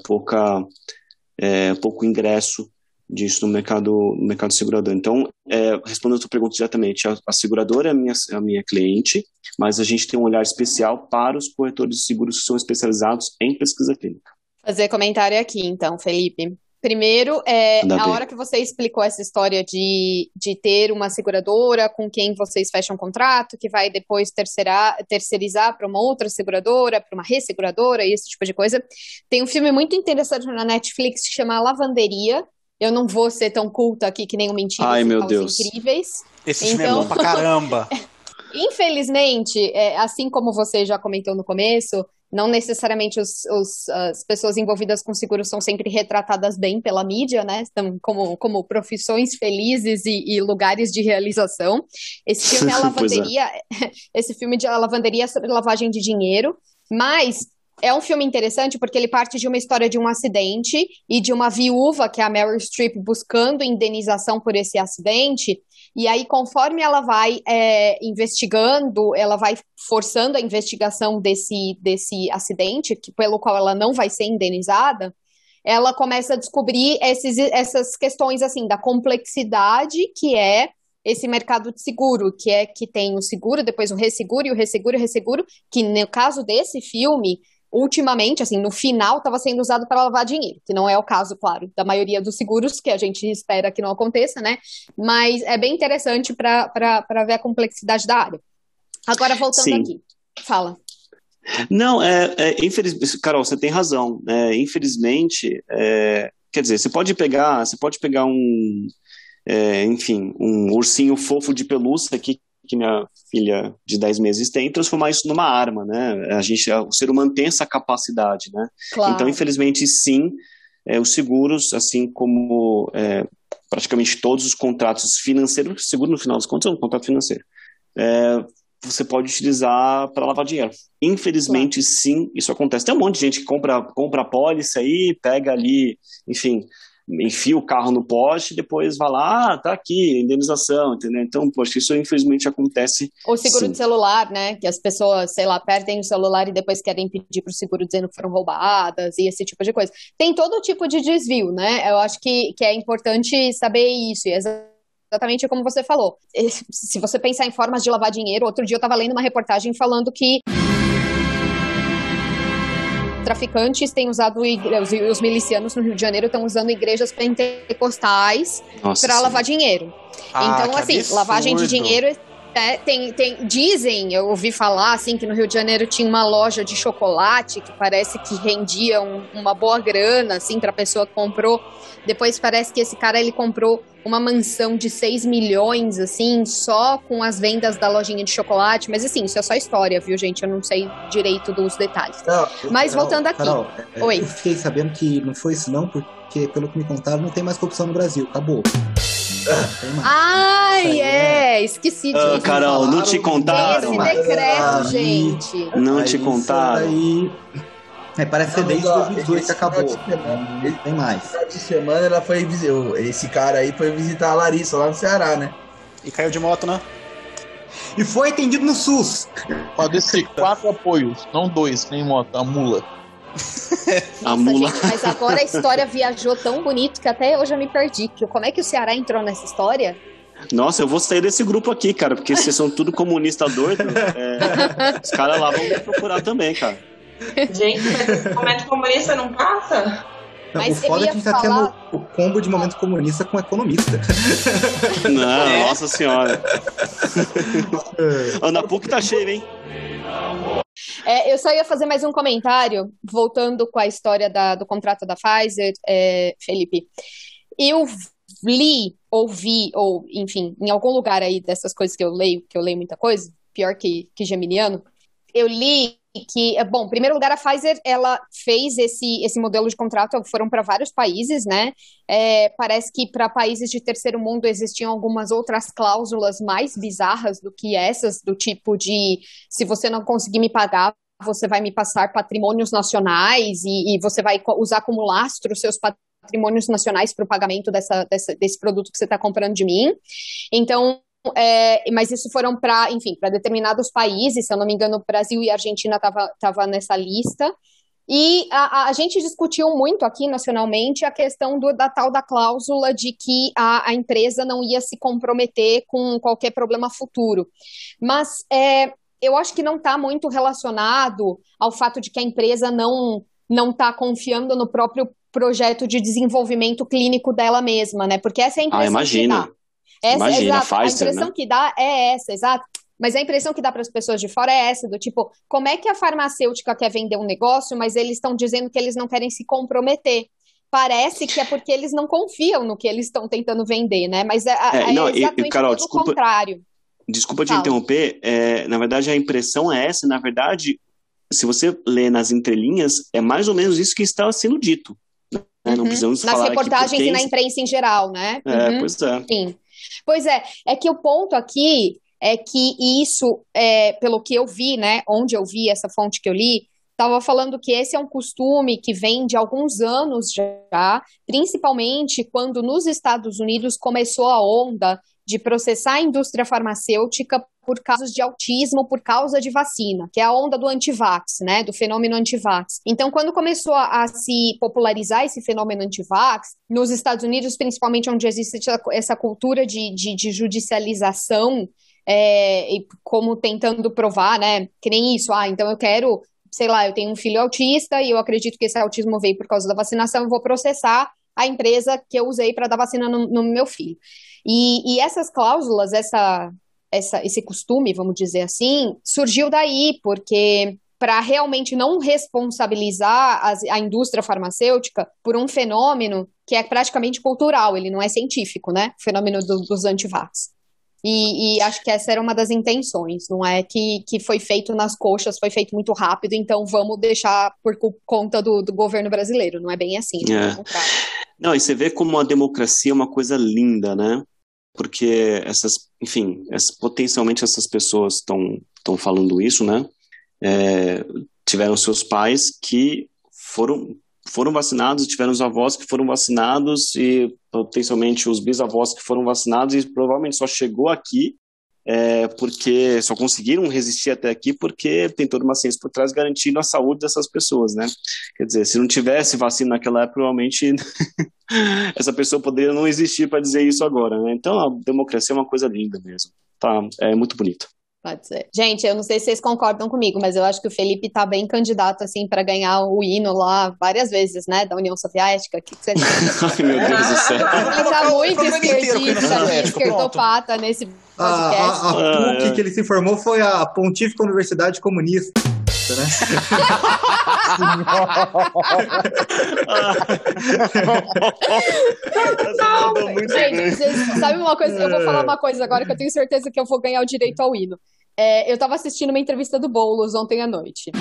S2: pouco ingresso disso no mercado segurador. Então, respondendo a sua pergunta diretamente, a seguradora é a minha cliente, mas a gente tem um olhar especial para os corretores de seguros que são especializados em pesquisa clínica.
S4: Fazer comentário aqui, então, Felipe. Primeiro, a hora que você explicou essa história de ter uma seguradora com quem vocês fecham um contrato, que vai depois terceirizar para uma outra seguradora, para uma resseguradora, e esse tipo de coisa. Tem um filme muito interessante na Netflix que chama Lavanderia. Eu não vou ser tão culta aqui que nem o Mentira.
S2: Ai, meu Deus.
S4: Incríveis.
S1: Esse filme é bom pra caramba.
S4: Infelizmente, assim como você já comentou no começo, não necessariamente as pessoas envolvidas com seguro são sempre retratadas bem pela mídia, né? Estão como profissões felizes e lugares de realização. Esse filme é a lavanderia. Esse filme de A Lavanderia sobre lavagem de dinheiro, mas é um filme interessante porque ele parte de uma história de um acidente e de uma viúva, que é a Meryl Streep, buscando indenização por esse acidente. E aí, conforme ela vai investigando, ela vai forçando a investigação desse acidente, pelo qual ela não vai ser indenizada, ela começa a descobrir essas questões, assim, da complexidade que é esse mercado de seguro, que tem o seguro, depois o resseguro, e o resseguro, que no caso desse filme, ultimamente, assim, no final, estava sendo usado para lavar dinheiro, que não é o caso, claro, da maioria dos seguros, que a gente espera que não aconteça, né? Mas é bem interessante para ver a complexidade da área. Agora, voltando
S2: Sim.
S4: aqui. Fala.
S2: Não, infelizmente, Carol, você tem razão. Infelizmente, quer dizer, você pode pegar enfim, um ursinho fofo de pelúcia que minha filha de 10 meses tem, e transformar isso numa arma, né? O ser humano tem essa capacidade, né?
S4: Claro.
S2: Então, infelizmente, sim, os seguros, assim como praticamente todos os contratos financeiros, seguro no final das contas é um contrato financeiro, você pode utilizar para lavar dinheiro. Infelizmente, sim, isso acontece. Tem um monte de gente que compra a pólice aí, pega ali, enfim, enfia o carro no poste e depois vai lá, tá aqui, indenização, entendeu? Então, poxa, isso infelizmente acontece.
S4: Ou seguro
S2: sim.
S4: de celular, né? Que as pessoas, sei lá, perdem o celular e depois querem pedir pro seguro dizendo que foram roubadas e esse tipo de coisa. Tem todo tipo de desvio, né? Eu acho que é importante saber isso. E exatamente como você falou. Se você pensar em formas de lavar dinheiro, outro dia eu estava lendo uma reportagem falando que traficantes têm usado, os milicianos no Rio de Janeiro estão usando igrejas pentecostais para lavar dinheiro. Então, assim,
S1: absurdo.
S4: Lavagem de dinheiro... Dizem, eu ouvi falar assim, que no Rio de Janeiro tinha uma loja de chocolate que parece que rendia uma boa grana assim, para a pessoa que comprou. Depois parece que esse cara ele comprou uma mansão de 6 milhões assim, só com as vendas da lojinha de chocolate. Mas assim, isso é só história, viu, gente? Eu não sei direito dos detalhes. Mas voltando aqui.
S8: Carol,
S4: Oi.
S8: Eu fiquei sabendo que não foi isso não, porque pelo que me contaram não tem mais corrupção no Brasil, acabou.
S4: Esqueci disso.
S2: Carol, não te contaram?
S4: Esse decreto, gente.
S2: Não te contaram?
S8: Parece ser desde 2018 que acabou. Não tem mais.
S3: Essa semana esse cara aí foi visitar a Larissa lá no Ceará, né?
S1: E caiu de moto, né?
S8: E foi atendido no SUS.
S9: Pode ser 4 apoios, não 2, nem moto, a mula.
S2: A mula.
S4: Gente, mas agora a história viajou tão bonito que até hoje eu me perdi. Como é que o Ceará entrou nessa história?
S2: Nossa, eu vou sair desse grupo aqui, cara, porque vocês são tudo comunista doido. Os caras lá vão me procurar também, cara.
S7: Gente, mas esse momento comunista não passa?
S8: Não, o foda é que a gente tá tendo o combo de momento comunista com economista.
S2: Não, nossa senhora. Ana PUC tá cheio, hein?
S4: Eu só ia fazer mais um comentário, voltando com a história do contrato da Pfizer, Felipe. Eu ouvi, ou enfim, em algum lugar aí dessas coisas que eu leio muita coisa, pior que geminiano, eu li que, bom, em primeiro lugar, a Pfizer, ela fez esse modelo de contrato, foram para vários países, né? Parece que para países de terceiro mundo existiam algumas outras cláusulas mais bizarras do que essas, do tipo de, se você não conseguir me pagar, você vai me passar patrimônios nacionais e você vai usar como lastro os seus patrimônios nacionais para o pagamento desse produto que você está comprando de mim. Então, mas isso foram para determinados países, se eu não me engano, o Brasil e a Argentina tava nessa lista. E a gente discutiu muito aqui nacionalmente a questão da tal da cláusula de que a empresa não ia se comprometer com qualquer problema futuro. Mas eu acho que não está muito relacionado ao fato de que a empresa não está confiando no próprio projeto de desenvolvimento clínico dela mesma, né? Porque essa é a impressão
S2: imagina.
S4: que dá.
S2: Imagina,
S4: exato,
S2: Pfizer,
S4: a impressão
S2: né?
S4: que dá é essa, exato. Mas a impressão que dá para as pessoas de fora é essa, do tipo, como é que a farmacêutica quer vender um negócio, mas eles estão dizendo que eles não querem se comprometer? Parece que é porque eles não confiam no que eles estão tentando vender, né? Mas exatamente
S2: Carol,
S4: o contrário.
S2: Desculpa te interromper, na verdade a impressão é essa, na verdade, se você lê nas entrelinhas, é mais ou menos isso que está sendo dito. Né? Não precisamos
S4: nas
S2: falar
S4: reportagens
S2: aqui
S4: e na imprensa em geral, né?
S2: Pois é.
S4: Sim. Pois é que o ponto aqui é que isso, pelo que eu vi, né, onde eu vi essa fonte que eu li, estava falando que esse é um costume que vem de alguns anos já, principalmente quando nos Estados Unidos começou a onda de processar a indústria farmacêutica por casos de autismo, por causa de vacina, que é a onda do antivax, né, do fenômeno antivax. Então, quando começou a se popularizar esse fenômeno antivax, nos Estados Unidos, principalmente onde existe essa cultura de judicialização, e como tentando provar, né, que nem isso, então eu quero, sei lá, eu tenho um filho autista e eu acredito que esse autismo veio por causa da vacinação, eu vou processar a empresa que eu usei para dar vacina no meu filho. E essas cláusulas, esse costume, vamos dizer assim, surgiu daí, porque para realmente não responsabilizar a indústria farmacêutica por um fenômeno que é praticamente cultural, ele não é científico, né? O fenômeno dos antivax. E acho que essa era uma das intenções, não é que foi feito nas coxas, foi feito muito rápido, então vamos deixar por conta do governo brasileiro, não é bem assim.
S2: Não, e você vê como a democracia é uma coisa linda, né? Porque potencialmente essas pessoas estão falando isso, né? Tiveram seus pais que foram vacinados, tiveram os avós que foram vacinados e potencialmente os bisavós que foram vacinados e provavelmente só chegou aqui porque só conseguiram resistir até aqui porque tem toda uma ciência por trás garantindo a saúde dessas pessoas, né? Quer dizer, se não tivesse vacina naquela época, provavelmente essa pessoa poderia não existir para dizer isso agora, né? Então a democracia é uma coisa linda mesmo, tá? É muito bonito.
S4: Pode ser. Gente, eu não sei se vocês concordam comigo, mas eu acho que o Felipe tá bem candidato, assim, para ganhar o hino lá várias vezes, né, da União Soviética. O que você acha?
S2: Ai, meu Deus do céu.
S4: Ele tá muito esquerdista, esquerdopata nesse podcast.
S8: A PUC que ele se formou foi a Pontífica Universidade Comunista, né?
S4: Gente, sabe uma coisa? Eu vou falar uma coisa agora que eu tenho certeza que eu vou ganhar o direito ao hino. Eu tava assistindo uma entrevista do Boulos ontem à noite.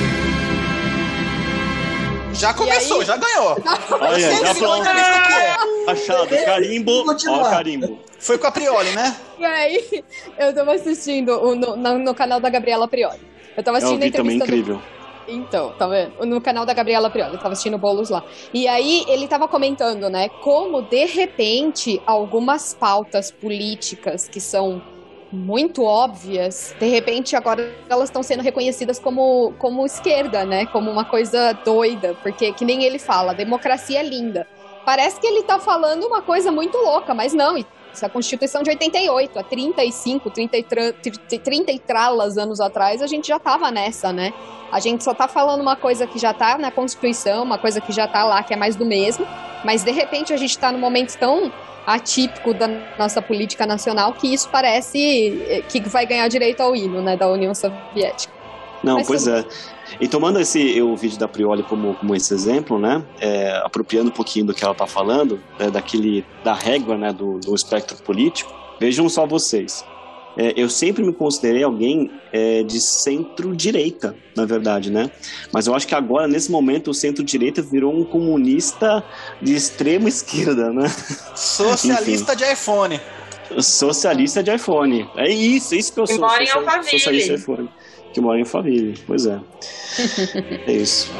S1: Já começou, já ganhou.
S2: Olha, já falou. Achado, carimbo. Ó, carimbo.
S1: Foi com a Prioli, né?
S4: E aí, eu tava assistindo no canal da Gabriela Prioli. Eu tava assistindo a entrevista
S2: também incrível.
S4: Então, tá vendo? No canal da Gabriela Prioli, eu tava assistindo o Boulos lá. E aí, ele tava comentando, né, como, de repente, algumas pautas políticas que são muito óbvias, de repente, agora elas estão sendo reconhecidas como esquerda, né, como uma coisa doida, porque, que nem ele fala, democracia é linda. Parece que ele tá falando uma coisa muito louca, mas não, isso é a Constituição de 88, há 35, 30 e tralas anos atrás, a gente já tava nessa, né? A gente só tá falando uma coisa que já tá na Constituição, uma coisa que já tá lá, que é mais do mesmo, mas de repente a gente tá num momento tão atípico da nossa política nacional que isso parece que vai ganhar direito ao hino, né, da União Soviética.
S2: Não, mas pois é. E tomando o vídeo da Prioli como esse exemplo, né, apropriando um pouquinho do que ela está falando, da régua, né, do espectro político, vejam só vocês. Eu sempre me considerei alguém de centro-direita, na verdade, né? Mas eu acho que agora, nesse momento, o centro-direita virou um comunista de extrema esquerda, né?
S1: Socialista de iPhone.
S2: Socialista de iPhone. É isso que eu sou.
S7: Mora em Alphaville.
S2: Socialista de iPhone. Que mora em Alphaville, pois é. É isso.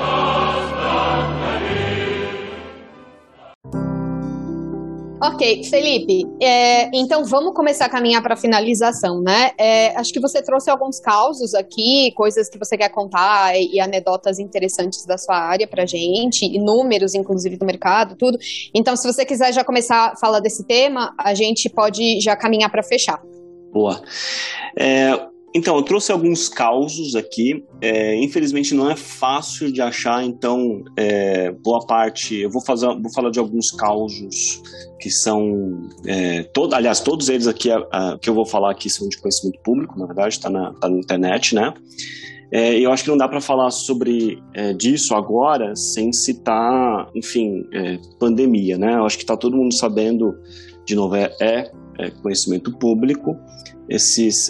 S4: Ok, Felipe, então vamos começar a caminhar para a finalização, né? Acho que você trouxe alguns causos aqui, coisas que você quer contar e anedotas interessantes da sua área pra gente, e números, inclusive, do mercado, tudo. Então, se você quiser já começar a falar desse tema, a gente pode já caminhar para fechar.
S2: Boa. Então, eu trouxe alguns causos aqui, infelizmente não é fácil de achar, então boa parte, eu vou falar de alguns causos que são, todos eles aqui que eu vou falar aqui são de conhecimento público, na verdade, tá na internet, né? E eu acho que não dá para falar sobre disso agora sem citar, enfim, pandemia, né? Eu acho que tá todo mundo sabendo, de novo, conhecimento público, esses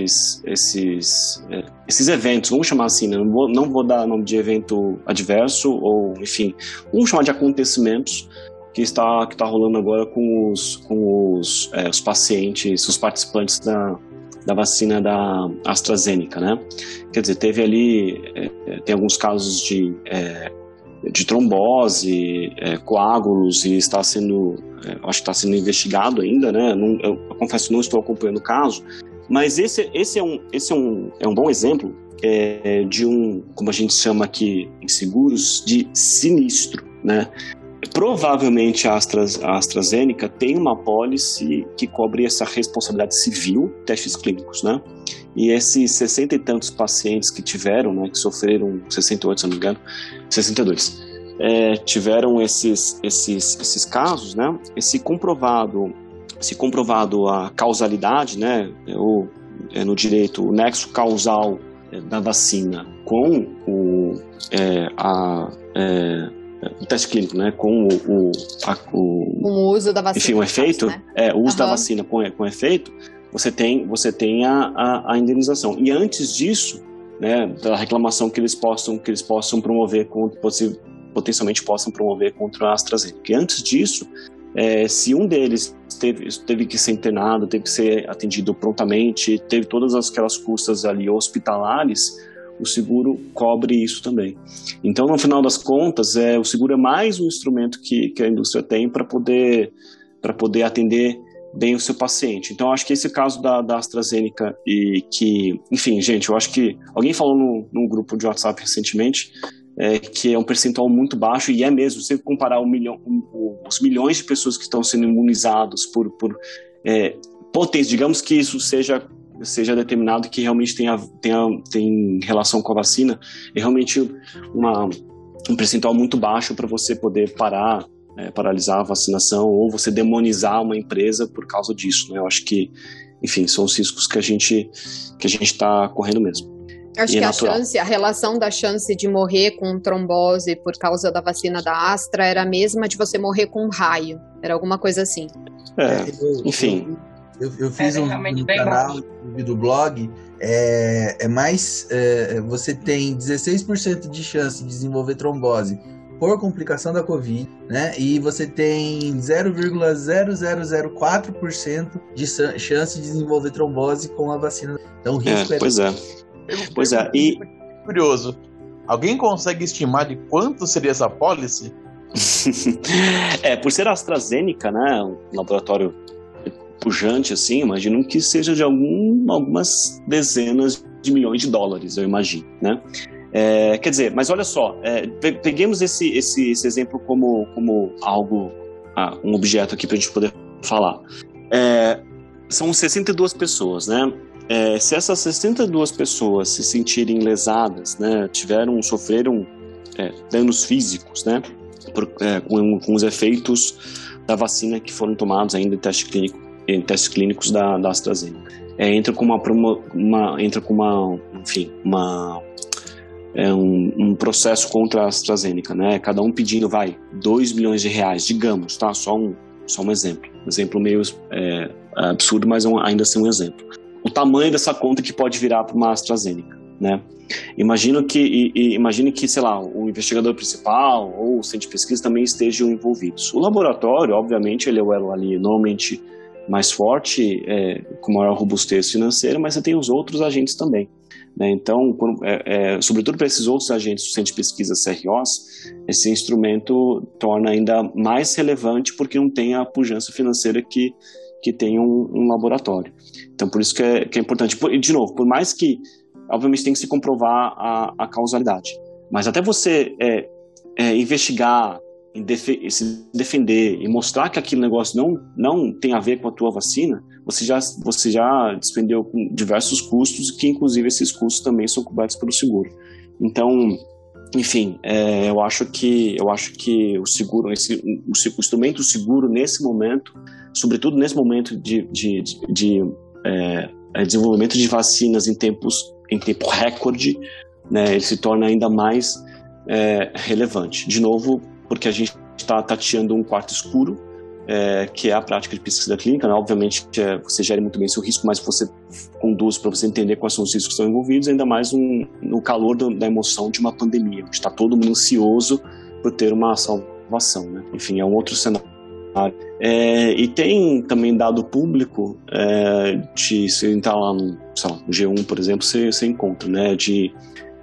S2: eventos, vamos chamar assim, né? Não vou dar nome de evento adverso, ou enfim, vamos chamar de acontecimentos que está rolando agora com os pacientes, os participantes da vacina da AstraZeneca, né? Quer dizer, teve ali, tem alguns casos de de trombose, coágulos, e está sendo, acho que está sendo investigado ainda, né? Eu confesso que não estou acompanhando o caso, mas esse é um bom exemplo de como a gente chama aqui em seguros, de sinistro, né? Provavelmente a AstraZeneca tem uma apólice que cobre essa responsabilidade civil, testes clínicos, né? E esses 60 e tantos pacientes que tiveram, né, que sofreram 68, se não me engano, 62, tiveram esses casos, né? Se comprovado a causalidade, né, no direito, o nexo causal da vacina com o teste clínico, né, com
S4: o uso da vacina,
S2: enfim, o efeito,
S4: né?
S2: O uso da vacina com efeito, você tem a indenização. E antes disso, né, da reclamação que eles possam promover, potencialmente possam promover contra a AstraZeneca. E antes disso, se um deles teve que ser internado, teve que ser atendido prontamente, teve todas aquelas custas ali hospitalares, o seguro cobre isso também. Então, no final das contas, o seguro é mais um instrumento que a indústria tem para poder atender bem o seu paciente. Então, acho que esse caso da AstraZeneca enfim, gente, eu acho que alguém falou num grupo de WhatsApp recentemente que é um percentual muito baixo, e mesmo, se você comparar os milhões de pessoas que estão sendo imunizados por potência, digamos que isso seja determinado que realmente tem relação com a vacina, é realmente um percentual muito baixo para você poder paralisar a vacinação, ou você demonizar uma empresa por causa disso, né? Eu acho que, enfim, são os riscos que a gente está correndo mesmo.
S4: Acho que a relação da chance de morrer com trombose por causa da vacina da Astra era a mesma de você morrer com um raio. Era alguma coisa assim.
S2: Enfim.
S3: Eu fiz um vídeo no canal do blog. Você tem 16% de chance de desenvolver trombose por complicação da Covid, né? E você tem 0,0004% de chance de desenvolver trombose com a vacina. Então o risco
S2: Pois é. E
S9: curioso, alguém consegue estimar de quanto seria essa apólice?
S2: Por ser AstraZeneca, né, um laboratório pujante, assim, imagino que seja de algumas dezenas de milhões de dólares, eu imagino, né? Quer dizer, mas olha só, peguemos esse exemplo como algo, um objeto aqui para a gente poder falar. São 62 pessoas, né? Se essas 62 pessoas se sentirem lesadas, né, sofreram danos físicos, né, com os efeitos da vacina que foram tomados ainda em testes clínicos da AstraZeneca, entra com um processo contra a AstraZeneca, né, cada um pedindo 2 milhões de reais, digamos, tá? Só um exemplo meio absurdo, mas ainda assim um exemplo. O tamanho dessa conta que pode virar para uma AstraZeneca, né? Imagine que, sei lá, o investigador principal ou o centro de pesquisa também estejam envolvidos. O laboratório, obviamente, ele é o elo ali normalmente mais forte, com maior robustez financeira, mas você tem os outros agentes também, né? Então, sobretudo para esses outros agentes do centro de pesquisa CROs, esse instrumento torna ainda mais relevante porque não tem a pujança financeira que tem um laboratório. Então, por isso que é importante. E, de novo, por mais que, obviamente, tem que se comprovar a causalidade, mas até você investigar, se defender e mostrar que aquele negócio não tem a ver com a tua vacina, você já despendeu com diversos custos, que inclusive esses custos também são cobertos pelo seguro. Então, enfim, eu acho que o seguro, o instrumento seguro nesse momento, sobretudo nesse momento de desenvolvimento de vacinas em tempo recorde, né, ele se torna ainda mais relevante. De novo, porque a gente está tateando um quarto escuro, que é a prática de pesquisa clínica, né? Obviamente você gera muito bem seu risco, mas você conduz para você entender quais são os riscos que estão envolvidos, ainda mais no calor da emoção de uma pandemia, onde está todo mundo ansioso por ter uma salvação, né? Enfim, é um outro cenário. E tem também dado público, se entrar lá no G1, por exemplo, você encontra, né, de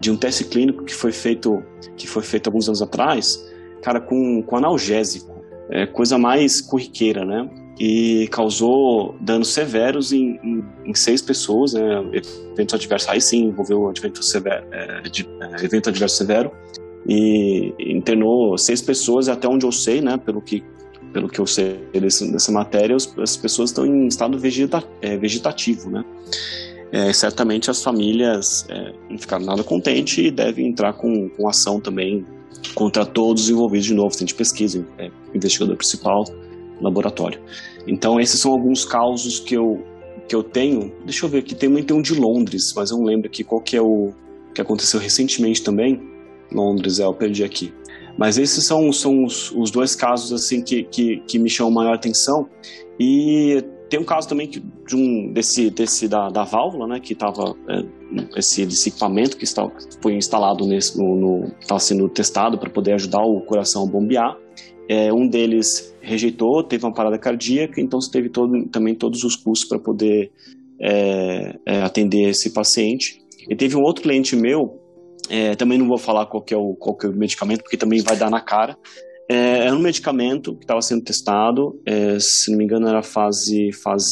S2: de um teste clínico que foi feito alguns anos atrás, cara, com analgésico, coisa mais corriqueira, né? E causou danos severos em 6 pessoas, né? Evento adverso, aí sim envolveu evento adverso severo, e internou 6 pessoas, até onde eu sei, né? Pelo que eu sei dessa matéria, as pessoas estão em estado vegetativo, né? Certamente as famílias não ficaram nada contentes e devem entrar com ação também contra todos os envolvidos de novo, centro de pesquisa, investigador principal, laboratório. Então esses são alguns causos que eu tenho. Deixa eu ver aqui, tem um de Londres, mas eu não lembro aqui qual que é o que aconteceu recentemente também. Londres, eu perdi aqui. Mas esses são os 2 casos assim que me chamam maior atenção. E tem um caso também desse da válvula, né, que estava esse equipamento que foi instalado estava sendo testado para poder ajudar o coração a bombear. Um deles rejeitou, teve uma parada cardíaca, então você teve também todos os custos para poder atender esse paciente. E teve um outro cliente meu, também não vou falar qual que é o medicamento, porque também vai dar na cara. Era um medicamento que estava sendo testado, se não me engano era fase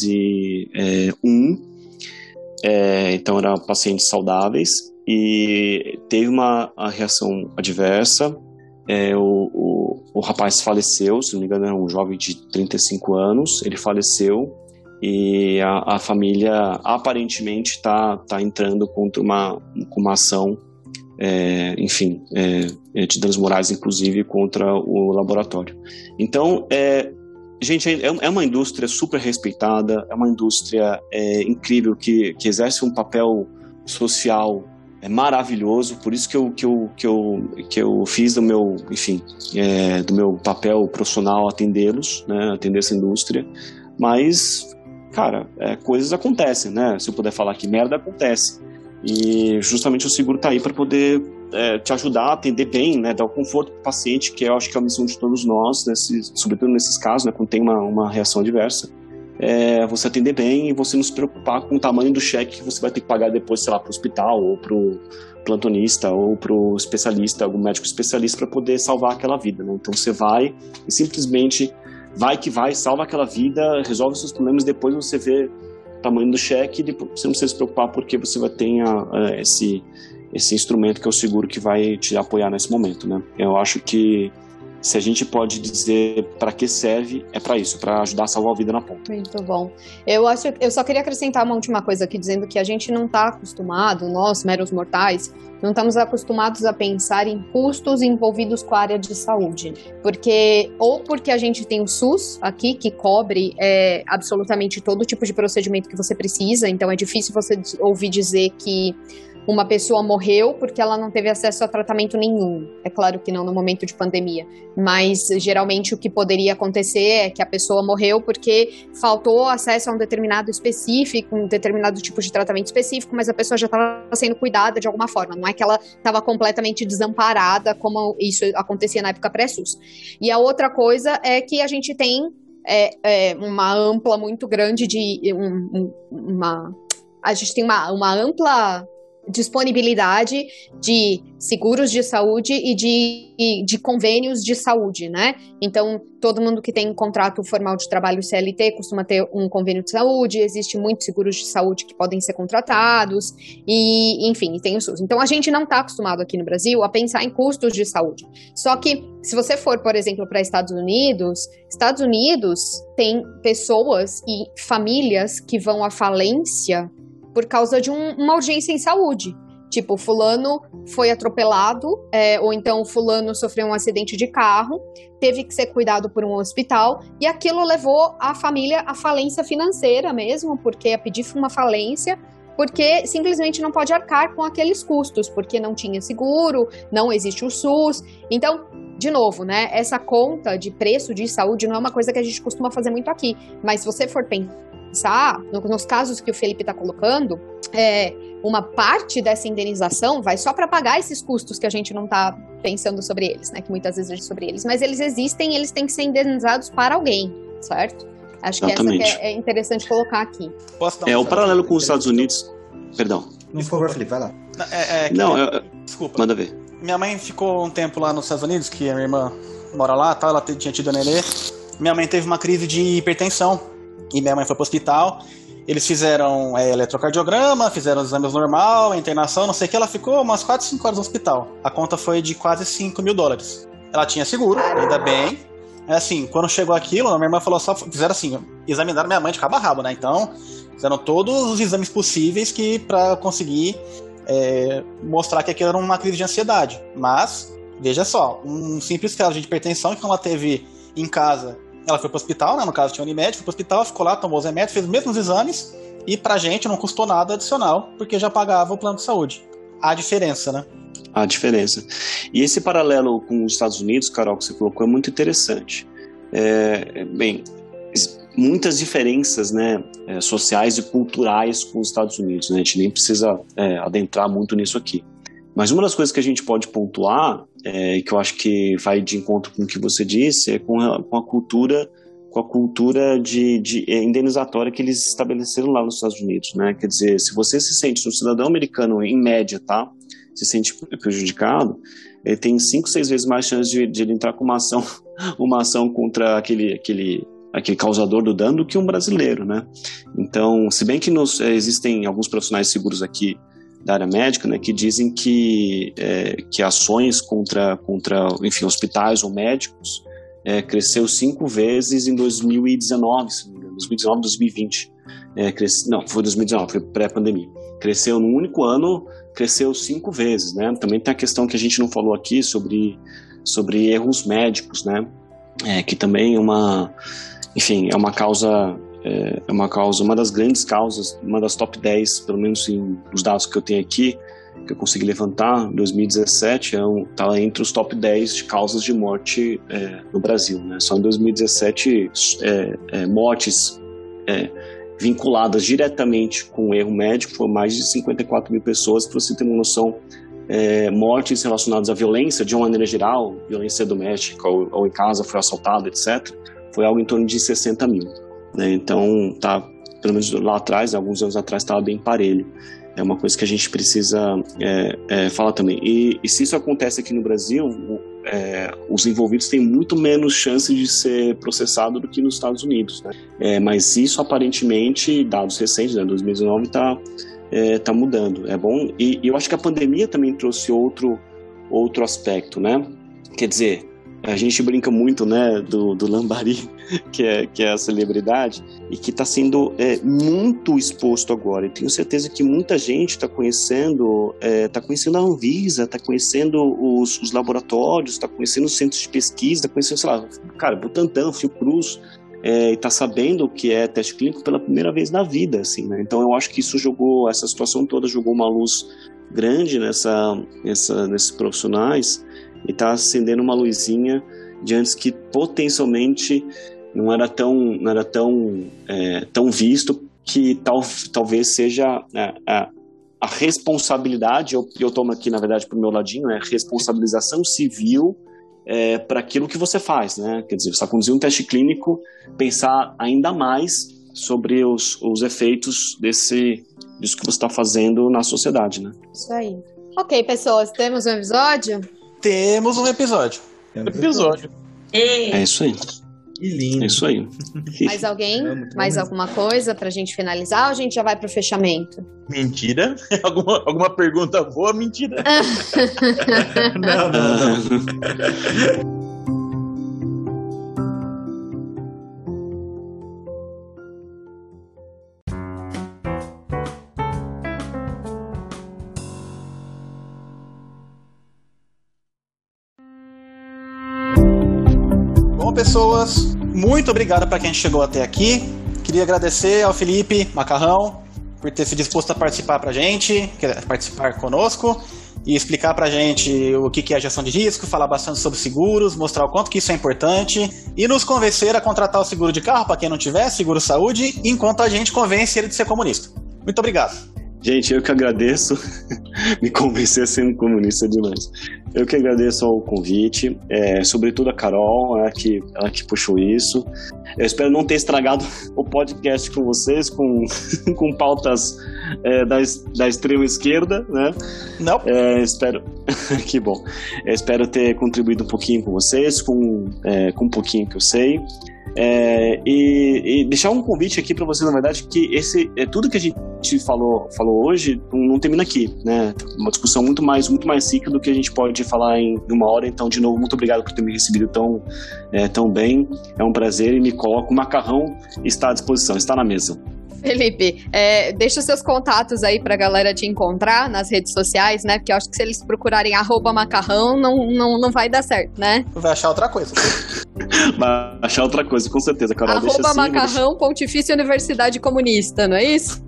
S2: 1, então eram pacientes saudáveis, e teve uma reação adversa. O rapaz faleceu, se não me engano era um jovem de 35 anos, ele faleceu, e a família aparentemente está entrando contra uma ação, de danos morais, inclusive contra o laboratório. Então, gente, é uma indústria super respeitada, é uma indústria incrível que exerce um papel social maravilhoso, por isso que eu fiz do meu papel profissional atendê-los, né, atender essa indústria. Mas, cara, coisas acontecem, né? Se eu puder falar aqui, merda acontece. E justamente o seguro está aí para poder te ajudar a atender bem, né, dar o conforto para o paciente, que eu acho que é a missão de todos nós, sobretudo nesses casos, né, quando tem uma reação adversa. Você atender bem e você não se preocupar com o tamanho do cheque que você vai ter que pagar depois, sei lá, para o hospital, ou para o plantonista, ou para o especialista, algum médico especialista, para poder salvar aquela vida, né? Então você vai e simplesmente salva aquela vida, resolve os seus problemas, depois você vê o tamanho do cheque, e depois você não precisa se preocupar porque você vai ter esse instrumento que é o seguro que vai te apoiar nesse momento, né? Eu acho que se a gente pode dizer para que serve, é para isso, para ajudar a salvar a vida na ponta.
S4: Muito bom. Eu só queria acrescentar uma última coisa aqui, dizendo que a gente não está acostumado, nós, meros mortais, não estamos acostumados a pensar em custos envolvidos com a área de saúde. Porque a gente tem o SUS aqui, que cobre absolutamente todo tipo de procedimento que você precisa, então é difícil você ouvir dizer que uma pessoa morreu porque ela não teve acesso a tratamento nenhum. É claro que não no momento de pandemia, mas geralmente o que poderia acontecer é que a pessoa morreu porque faltou acesso a um determinado tipo de tratamento específico, mas a pessoa já estava sendo cuidada de alguma forma. Não é que ela estava completamente desamparada, como isso acontecia na época pré-SUS. E a outra coisa é que a gente tem uma ampla muito grande a gente tem uma ampla disponibilidade de seguros de saúde e de convênios de saúde, né? Então, todo mundo que tem um contrato formal de trabalho CLT costuma ter um convênio de saúde, existem muitos seguros de saúde que podem ser contratados, e, enfim, tem o SUS. Então, a gente não está acostumado aqui no Brasil a pensar em custos de saúde. Só que, se você for, por exemplo, para Estados Unidos tem pessoas e famílias que vão à falência por causa de uma urgência em saúde. Tipo, fulano foi atropelado, ou então fulano sofreu um acidente de carro, teve que ser cuidado por um hospital, e aquilo levou a família à falência financeira mesmo, porque a pedir uma falência, porque simplesmente não pode arcar com aqueles custos, porque não tinha seguro, não existe o SUS. Então, de novo, né, essa conta de preço de saúde não é uma coisa que a gente costuma fazer muito aqui, mas se você for pensar, nos casos que o Felipe está colocando, uma parte dessa indenização vai só para pagar esses custos que a gente não está pensando sobre eles, né, que muitas vezes é sobre eles, mas eles existem, eles têm que ser indenizados para alguém, certo? Acho Exatamente. Que essa que é interessante colocar aqui.
S2: O paralelo com os Estados Unidos, perdão.
S8: Por favor, Felipe, vai lá.
S1: Desculpa.
S2: Manda ver.
S1: Minha mãe ficou um tempo lá nos Estados Unidos, que a minha irmã mora lá, tá? Ela tinha tido a nenê. Minha mãe teve uma crise de hipertensão e minha mãe foi pro hospital. Eles fizeram eletrocardiograma, fizeram os exames normal, internação, não sei o que. Ela ficou umas 4, 5 horas no hospital. A conta foi de quase $5.000. Ela tinha seguro, ainda bem. Assim, quando chegou aquilo, a minha irmã falou, só fizeram assim, examinaram minha mãe de cabo a rabo, né? Então, fizeram todos os exames possíveis pra conseguir mostrar que aquilo era uma crise de ansiedade. Mas, veja só, um simples caso de hipertensão que ela teve em casa, ela foi pro hospital, né? No caso tinha Unimed, foi pro hospital, ficou lá, tomou os remédios, fez os mesmos exames e pra gente não custou nada adicional, porque já pagava o plano de saúde. A diferença, né?
S2: A diferença. E esse paralelo com os Estados Unidos, Carol, que você colocou, é muito interessante. Muitas diferenças, né, sociais e culturais com os Estados Unidos, né? A gente nem precisa adentrar muito nisso aqui. Mas uma das coisas que a gente pode pontuar, e que eu acho que vai de encontro com o que você disse, é com a cultura de indenizatória que eles estabeleceram lá nos Estados Unidos, né? Quer dizer, se você se sente, um cidadão americano, em média, tá? Se sente prejudicado, ele tem 5, 6 vezes mais chance de ele entrar com uma ação contra aquele causador do dano do que um brasileiro, né? Então, se bem que existem alguns profissionais seguros aqui da área médica, né, que dizem que ações contra enfim, hospitais ou médicos cresceu 5 vezes em 2019, se não me engano, 2019, 2020. Não, foi 2019, foi pré-pandemia. Cresceu num único ano, cresceu 5 vezes, né? Também tem a questão que a gente não falou aqui sobre erros médicos, né? Que também é uma causa, uma das grandes causas, uma das top 10, pelo menos nos dados que eu tenho aqui, que eu consegui levantar, 2017 está entre os top 10 de causas de morte no Brasil, né? Só em 2017 mortes vinculadas diretamente com o erro médico foram mais de 54 mil pessoas. Para você ter uma noção, mortes relacionadas à violência, de uma maneira geral, violência doméstica ou em casa, foi assaltado, etc., foi algo em torno de 60 mil. Né? Então, pelo menos lá atrás, alguns anos atrás, estava bem parelho. É uma coisa que a gente precisa falar também. E se isso acontece aqui no Brasil, os envolvidos têm muito menos chance de ser processado do que nos Estados Unidos, né? Mas isso, aparentemente, dados recentes, né, 2019, está mudando. É bom. E eu acho que a pandemia também trouxe outro aspecto, né? Quer dizer, a gente brinca muito, né, do Lambari, que é a celebridade, e que está sendo muito exposto agora. Eu tenho certeza que muita gente está conhecendo a Anvisa, está conhecendo os laboratórios, está conhecendo os centros de pesquisa, está conhecendo, sei lá, cara, Butantan, Fiocruz, e está sabendo o que é teste clínico pela primeira vez na vida, assim, né? Então eu acho que essa situação toda jogou uma luz grande nesses profissionais, e está acendendo uma luzinha de antes que potencialmente não era tão visto, que talvez seja a responsabilidade, eu tomo aqui na verdade para o meu ladinho, responsabilização civil para aquilo que você faz, né? Quer dizer, você conduzir um teste clínico, pensar ainda mais sobre os efeitos disso que você está fazendo na sociedade, né?
S4: Isso aí. Ok, pessoas, temos um episódio?
S1: Temos um episódio.
S2: É isso aí.
S3: Que lindo.
S2: É isso aí.
S4: Mais alguém? Mais alguma coisa pra gente finalizar ou a gente já vai pro fechamento?
S9: Mentira? Alguma pergunta boa? Mentira.
S3: Não.
S1: Bom, pessoas, muito obrigado para quem chegou até aqui. Queria agradecer ao Felipe Macarrão por ter se disposto a participar participar conosco e explicar pra gente o que é a gestão de risco, falar bastante sobre seguros, mostrar o quanto que isso é importante e nos convencer a contratar o seguro de carro para quem não tiver, seguro saúde, enquanto a gente convence ele de ser comunista. Muito obrigado.
S2: Gente, eu que agradeço. Me convencer a ser comunista demais. Eu que agradeço ao convite, sobretudo a Carol, ela que puxou isso. Eu espero não ter estragado o podcast com vocês, com pautas da extrema esquerda, né?
S1: Não.
S2: Espero... Que bom. Eu espero ter contribuído um pouquinho com vocês, com um pouquinho que eu sei. E deixar um convite aqui para vocês, na verdade, que tudo que a gente falou hoje não termina aqui, né? Uma discussão muito mais rica do que a gente pode falar em uma hora. Então, de novo, muito obrigado por ter me recebido tão bem. É um prazer e me coloco. O macarrão está à disposição, está na mesa.
S4: Felipe, deixa os seus contatos aí pra galera te encontrar nas redes sociais, né? Porque eu acho que se eles procurarem @macarrão, não vai dar certo, né?
S1: Vai achar outra coisa.
S2: Vai achar outra coisa, com certeza, Carol. Deixa assim,
S4: @macarrão, Pontifícia Universidade Comunista, não é isso?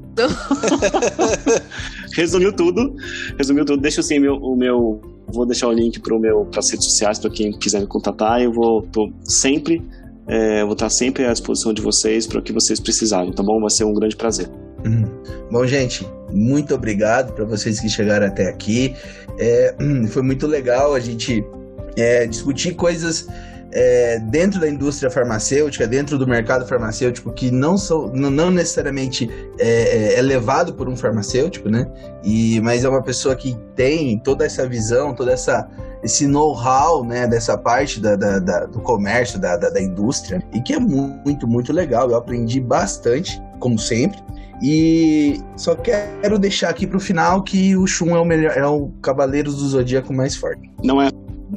S2: Resumiu tudo. Deixa assim vou deixar o link para as redes sociais para quem quiser me contatar. Eu vou estar sempre à disposição de vocês para o que vocês precisarem, tá bom? Vai ser um grande prazer.
S3: Bom, gente, muito obrigado para vocês que chegaram até aqui. Foi muito legal a gente discutir coisas dentro da indústria farmacêutica, dentro do mercado farmacêutico, que não necessariamente é levado por um farmacêutico, né? Mas é uma pessoa que tem toda essa visão, esse know-how, né, dessa parte do comércio, da indústria, e que é muito, muito legal. Eu aprendi bastante, como sempre. E só quero deixar aqui pro final que o Shun é o Cavaleiro do Zodíaco mais forte.
S2: Não é.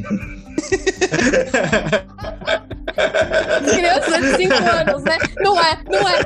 S4: Criança de 5 anos, né? Não é.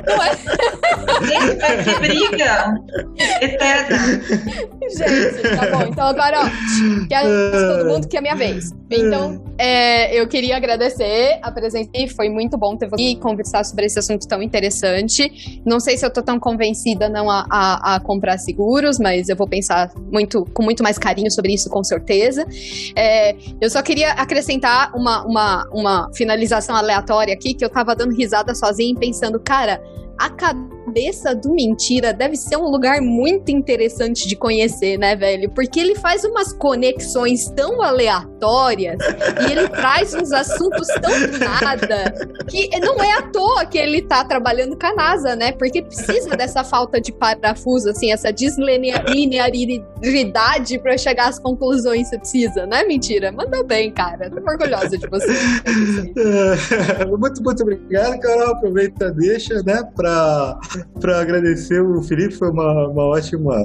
S7: Gente, que briga eterna.
S4: Gente, tá bom. Então agora, quero todo mundo que é a minha vez. Então, eu queria agradecer a presença. Foi muito bom ter você aqui conversar sobre esse assunto tão interessante. Não sei se eu tô tão convencida não a comprar seguros, mas eu vou pensar com muito mais carinho sobre isso, com certeza. Eu só queria acrescentar uma finalização aleatória aqui, que eu tava dando risada sozinha e pensando, cara, a cabeça do Mentira deve ser um lugar muito interessante de conhecer, né, velho? Porque ele faz umas conexões tão aleatórias e ele traz uns assuntos tão do nada que não é à toa que ele tá trabalhando com a NASA, né? Porque precisa dessa falta de parafuso, assim, essa deslinearidade pra chegar às conclusões que você precisa, né, Mentira? Mandou bem, cara. Tô orgulhosa de você.
S8: Muito obrigado, Carol. Aproveita a deixa, né, pra agradecer o Felipe. Foi uma ótima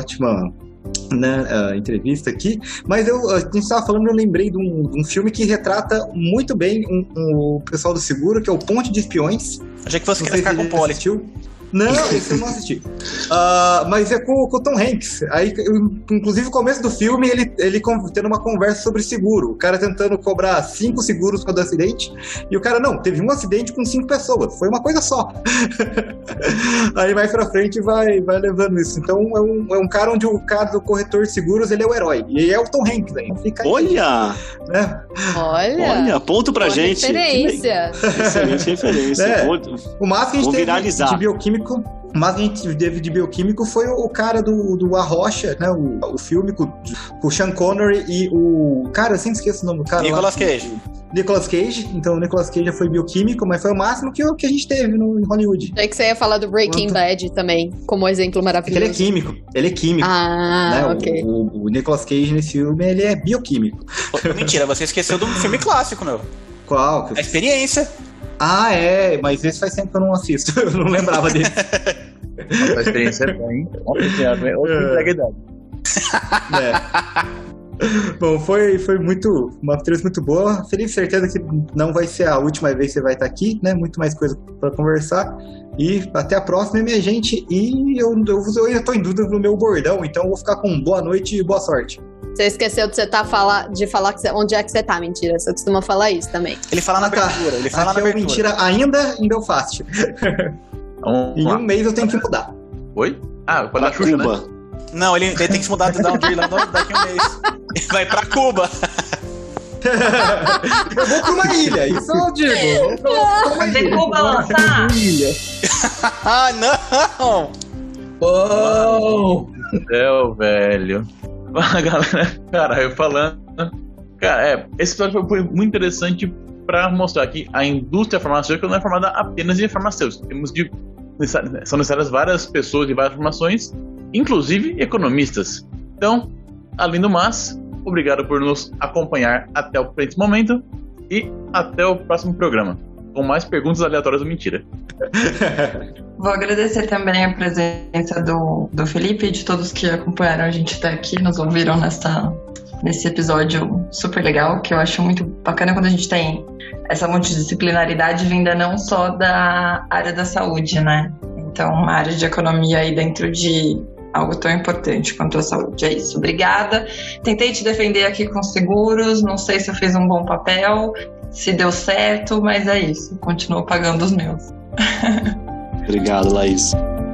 S8: né, entrevista aqui. Mas a gente estava falando, eu lembrei de um filme que retrata muito bem o pessoal do seguro, que é o Ponte de Espiões.
S1: Achei que fosse ficar com o Poli.
S8: Não, isso eu não assisti. Mas é com o Tom Hanks. Aí, inclusive, o começo do filme, ele tendo uma conversa sobre seguro. O cara tentando cobrar 5 seguros por causa do acidente. E o cara, não, teve um acidente com 5 pessoas. Foi uma coisa só. Aí, mais pra frente, vai levando isso. Então, é um cara onde o cara do corretor de seguros, ele é o herói. E é o Tom Hanks, aí. Fica aí,
S2: Olha!
S8: Né?
S2: Olha, ponto pra gente.
S4: Referência.
S2: Excelente referência.
S8: O máximo que a gente teve
S2: viralizar.
S8: de bioquímico, mas a gente teve de bioquímico foi o cara do A Rocha, né? O filme com o Sean Connery e o... Cara, eu sempre esqueço o nome do cara.
S1: Nicolas Cage.
S8: Nicolas Cage. Então o Nicolas Cage já foi bioquímico, mas foi o máximo que a gente teve em Hollywood.
S4: Achei que você ia falar do Breaking Bad também, como exemplo maravilhoso.
S8: Ele é químico.
S4: Ah,
S8: né?
S4: ok.
S8: O Nicolas Cage nesse filme, ele é bioquímico.
S1: Mentira, você esqueceu do filme clássico, meu.
S8: Qual?
S1: A Experiência.
S8: Ah, mas esse faz tempo que eu não assisto. Eu não lembrava dele.
S9: A experiência é bem. Outra idade.
S8: Bom, foi uma entrevista muito boa. Felipe, certeza que não vai ser a última vez que você vai estar aqui, né? Muito mais coisa para conversar. E até a próxima, minha gente. E eu ainda tô em dúvida no meu bordão, então eu vou ficar com boa noite e boa sorte.
S4: Você esqueceu de falar onde é que você tá, Mentira. Você costuma falar isso também.
S1: Ele fala na abertura. Ele fala na abertura.
S8: Mentira ainda em Belfast. Em um mês eu tenho que mudar.
S9: Oi? Foi da Xuxa,
S2: Cuba.
S9: né?
S1: Não, ele tem que se mudar de Irlanda daqui a um mês. Ele vai pra Cuba.
S8: Eu vou pra uma ilha, isso eu digo.
S7: Fazer Cuba lançar?
S1: Ah, não!
S3: Oh!
S9: Velho. Fala, galera. Cara, eu falando. Cara, esse episódio foi muito interessante
S6: para mostrar que a indústria farmacêutica não é formada apenas de farmacêuticos. São necessárias várias pessoas de várias formações, inclusive economistas. Então, além do mais, obrigado por nos acompanhar até o presente momento e até o próximo programa, com mais perguntas aleatórias ou mentira.
S7: Vou agradecer também a presença do Felipe e de todos que acompanharam a gente até aqui, nos ouviram nesse episódio super legal, que eu acho muito bacana quando a gente tem essa multidisciplinaridade vinda não só da área da saúde, né? Então, uma área de economia aí dentro de algo tão importante quanto a saúde. É isso, obrigada. Tentei te defender aqui com seguros, não sei se eu fiz um bom papel, se deu certo, mas é isso, continuo pagando os meus.
S2: Obrigado, Laís.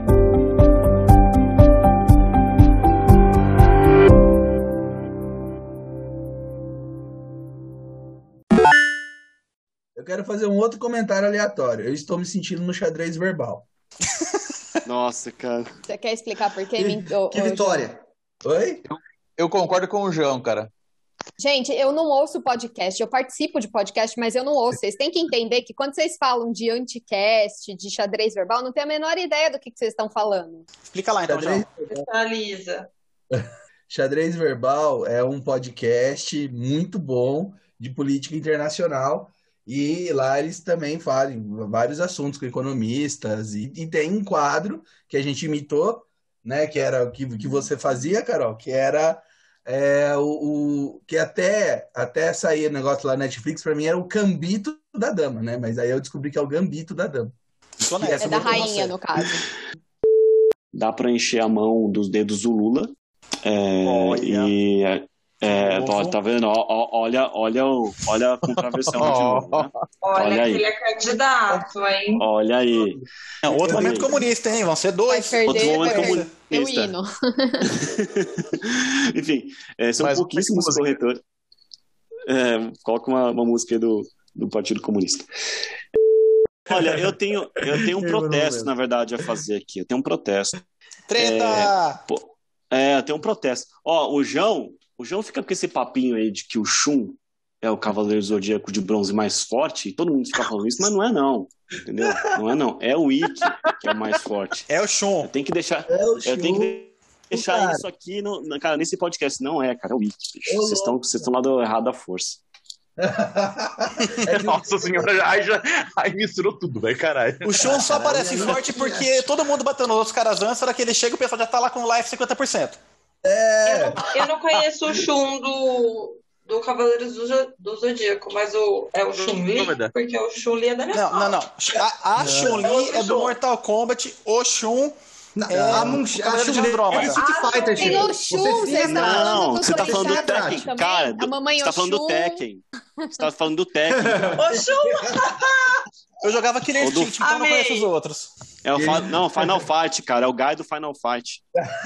S3: Eu quero fazer um outro comentário aleatório. Eu estou me sentindo no xadrez verbal.
S2: Nossa, cara.
S4: Você quer explicar por quê?
S8: Que vitória.
S3: Oi?
S9: Eu concordo com o João, cara.
S4: Gente, eu não ouço podcast, eu participo de podcast, mas eu não ouço. Vocês têm que entender que quando vocês falam de anticast, de xadrez verbal, não tem a menor ideia do que vocês estão falando.
S1: Explica lá então, João.
S7: Lisa.
S3: Xadrez Verbal é um podcast muito bom de política internacional e lá eles também falam vários assuntos com economistas e tem um quadro que a gente imitou, né, que era o que você fazia, Carol, que era que até sair o negócio lá na Netflix, pra mim era o Gambito da Dama, né? Mas aí eu descobri que é o Gambito da Dama.
S4: É da rainha, no caso.
S2: Dá pra encher a mão dos dedos do Lula. Tá vendo? Olha a contraversão de novo, né?
S7: Olha
S2: aí.
S7: que ele é candidato, hein?
S2: Olha aí.
S1: Outro momento comunista, hein? Vão ser dois.
S2: Outro momento
S4: o
S2: comunista.
S4: hino.
S2: Enfim, são
S9: Mas
S2: pouquíssimos corretores. Coloca uma música aí do Partido Comunista. Olha, eu tenho um protesto, na verdade, a fazer aqui. Eu tenho um protesto.
S1: Treta!
S2: Eu tenho um protesto. O João fica com esse papinho aí de que o Shun é o Cavaleiro Zodíaco de bronze mais forte, e todo mundo fica falando isso, mas não é não, entendeu? Não é não, é o Ikki que é o mais forte.
S1: É o Shun.
S2: Eu tenho que deixar isso aqui, cara, nesse podcast. Não é, cara, é o Ikki. Vocês estão lá do errado da força.
S9: Nossa senhora, aí misturou tudo, velho, caralho.
S1: O Shun só parece forte porque todo mundo batendo nos outros caras antes, na hora que ele chega, o pessoal já tá lá com o life 50%.
S7: Eu não conheço o Shun do Cavaleiros do Zodíaco, mas é o Chun-Li, porque o Chun-Li é da minha
S1: Não. A Chun-Li é do Mortal Kombat, o Shun
S8: a Shun é Street Fighter,
S4: tem o Shun,
S2: você tá falando do Tekken, cara.
S4: A mamãe
S2: você tá falando do Tekken. Você tá falando do Tekken.
S7: O Shun!
S1: Eu jogava Killer Instinct, então não conheço os outros.
S2: Final Fight, cara. É o Guy do Final Fight.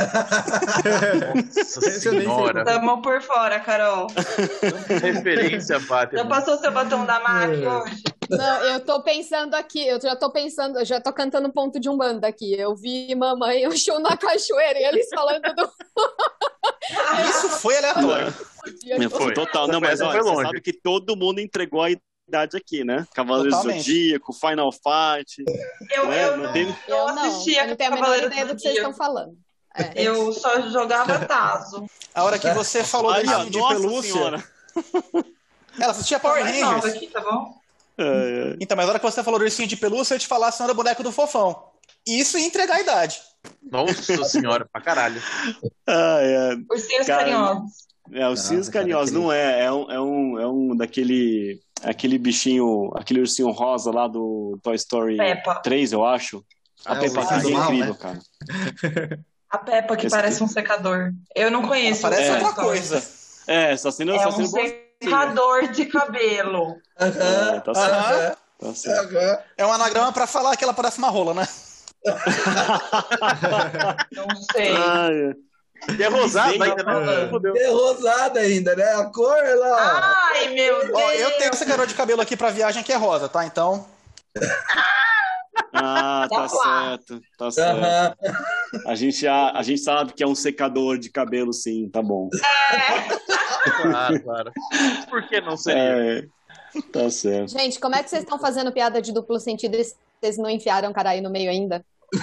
S9: Nossa senhora.
S7: Tamo por fora, Carol.
S9: Referência, Bate.
S7: Já passou seu batom da MAC hoje?
S4: Não, eu tô pensando aqui, eu já tô cantando ponto de Umbanda aqui. Eu vi mamãe o Shun na cachoeira e eles falando do...
S1: Isso foi aleatório.
S2: Foi total. Não, mas olha, você sabe que todo mundo entregou a idade aqui, né? Cavaleiro Zodíaco, Final Fight.
S7: Eu não assistia.
S4: Eu não tenho a menor ideia do que vocês estão falando.
S7: Eu só jogava Tazo.
S1: A hora que você falou do ursinho de pelúcia... Ela assistia Power Rangers.
S7: Aqui, tá bom?
S1: Então, mas a hora que você falou do ursinho de pelúcia, eu te falar se não era boneco do Fofão. Isso ia entregar a idade.
S9: Nossa senhora, pra caralho.
S7: Ursinhos carinhosos.
S2: Ursinhos carinhosos, não é. É um daquele... Aquele bichinho, aquele ursinho rosa lá do Toy Story
S7: Peppa.
S2: 3, eu acho. A Peppa é incrível, cara.
S7: A Peppa que parece um secador. Eu não conheço.
S1: Parece outra coisa.
S2: Só sendo
S7: um secador de cabelo.
S2: Tá certo. Tá certo.
S1: É um anagrama pra falar que ela parece uma rola, né?
S7: Não sei.
S9: E é rosada ainda, né?
S3: É rosada ainda, né? A cor, ela...
S7: Ai, meu Deus!
S1: Eu tenho esse garoto de cabelo aqui pra viagem que é rosa, tá? Então...
S2: Tá certo. Tá certo. A gente sabe que é um secador de cabelo, sim, tá bom.
S9: Claro. Por que não seria?
S2: Tá certo.
S4: Gente, como é que vocês estão fazendo piada de duplo sentido e vocês não enfiaram caralho no meio ainda?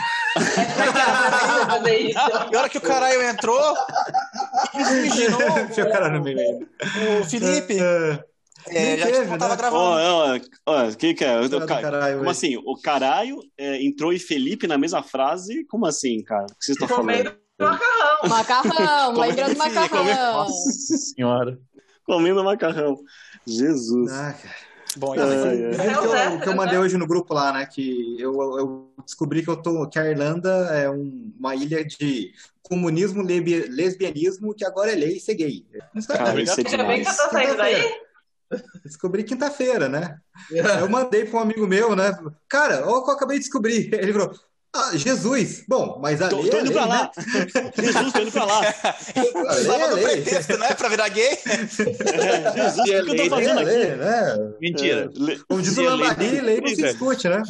S7: fazer isso.
S1: E a hora que o caralho entrou, imaginou
S8: Enfia o cara no meio aí.
S1: o Felipe.
S8: Nem
S1: Já
S8: teve,
S1: não tava
S8: né?
S1: gravando.
S2: O que é?
S8: Caralho,
S2: Como assim? O caralho entrou e Felipe na mesma frase? Como assim, cara? O que vocês estão
S7: Comendo
S2: falando?
S7: macarrão.
S4: Lembrando macarrão.
S6: Nossa senhora.
S2: Comendo macarrão. Jesus.
S8: Ah, cara.
S1: Bom,
S2: Ai, ai.
S8: O que eu mandei hoje no grupo lá, né? Que eu descobri que a Irlanda é uma ilha de comunismo, lesbianismo, que agora é lei ser gay.
S2: Cara, isso é
S7: Ainda bem que
S2: demais.
S7: você tá saindo daí.
S8: Descobri quinta-feira, né? Eu mandei para um amigo meu, né? Cara, olha o que eu acabei de descobrir. Ele falou: Jesus. Bom, mas a
S2: Tô
S8: lei é
S2: indo
S8: lei,
S2: pra lá.
S8: né?
S2: Jesus, tô indo pra lá.
S1: Precisava do pretexto, né? Pra virar gay.
S2: Jesus, o que eu tô
S8: Lei
S2: fazendo
S8: é
S2: aqui?
S8: lei, né?
S6: Mentira.
S8: Como diz o
S6: Se é lei,
S8: Lambari, lei não se
S6: velho.
S8: discute, né?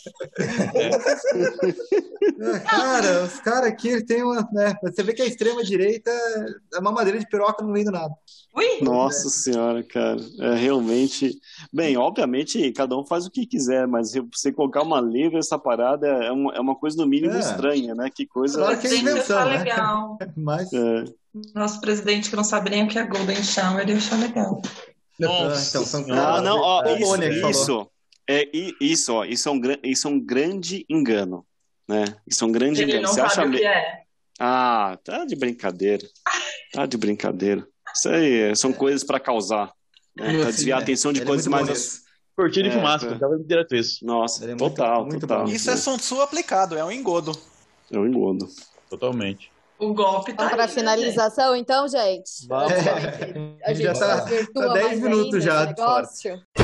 S8: Cara, os caras aqui eles têm uma. Né, você vê que a extrema-direita é uma madeira de piroca no meio do nada.
S7: Ui,
S2: Nossa senhora, cara. É realmente. Bem, obviamente, cada um faz o que quiser, mas você colocar uma lei nessa parada é uma coisa no mínimo
S8: É.
S2: estranha, né? Que coisa.
S8: Claro que é
S7: presidente
S8: invenção,
S7: achar
S8: né?
S7: legal.
S8: Mas.
S2: É.
S7: Nosso presidente que não sabe nem o que é Golden Shower, ele achou legal.
S6: Nossa
S8: Então, são
S6: senhora.
S2: Ah, não, ó,
S8: O Boni que falou.
S2: isso é um grande engano, né? Isso é um grande
S7: Ele
S2: engano.
S7: não
S2: Você acha
S7: sabe o que é.
S2: Ah, tá de brincadeira. Tá de brincadeira. Isso aí são coisas pra causar, né? Pra desviar a atenção de
S8: Ele é
S2: coisas
S8: muito bom
S2: mais.
S8: nisso.
S6: Cortina de
S2: É,
S6: fumaça,
S2: é.
S6: tava direto isso.
S2: Nossa,
S8: Ele é muito-
S2: total,
S8: muito
S2: total.
S8: bom.
S1: Isso é Sun Tzu aplicado, é um engodo.
S2: É um engodo.
S6: Totalmente.
S7: O golpe tá
S4: Vamos pra
S7: aí, né,
S4: finalização, então, gente?
S8: É.
S4: A gente
S8: Já tá
S4: desvirtua
S8: 10
S4: mais
S8: minutos
S4: ainda
S8: já
S4: esse
S8: de fora.
S4: negócio.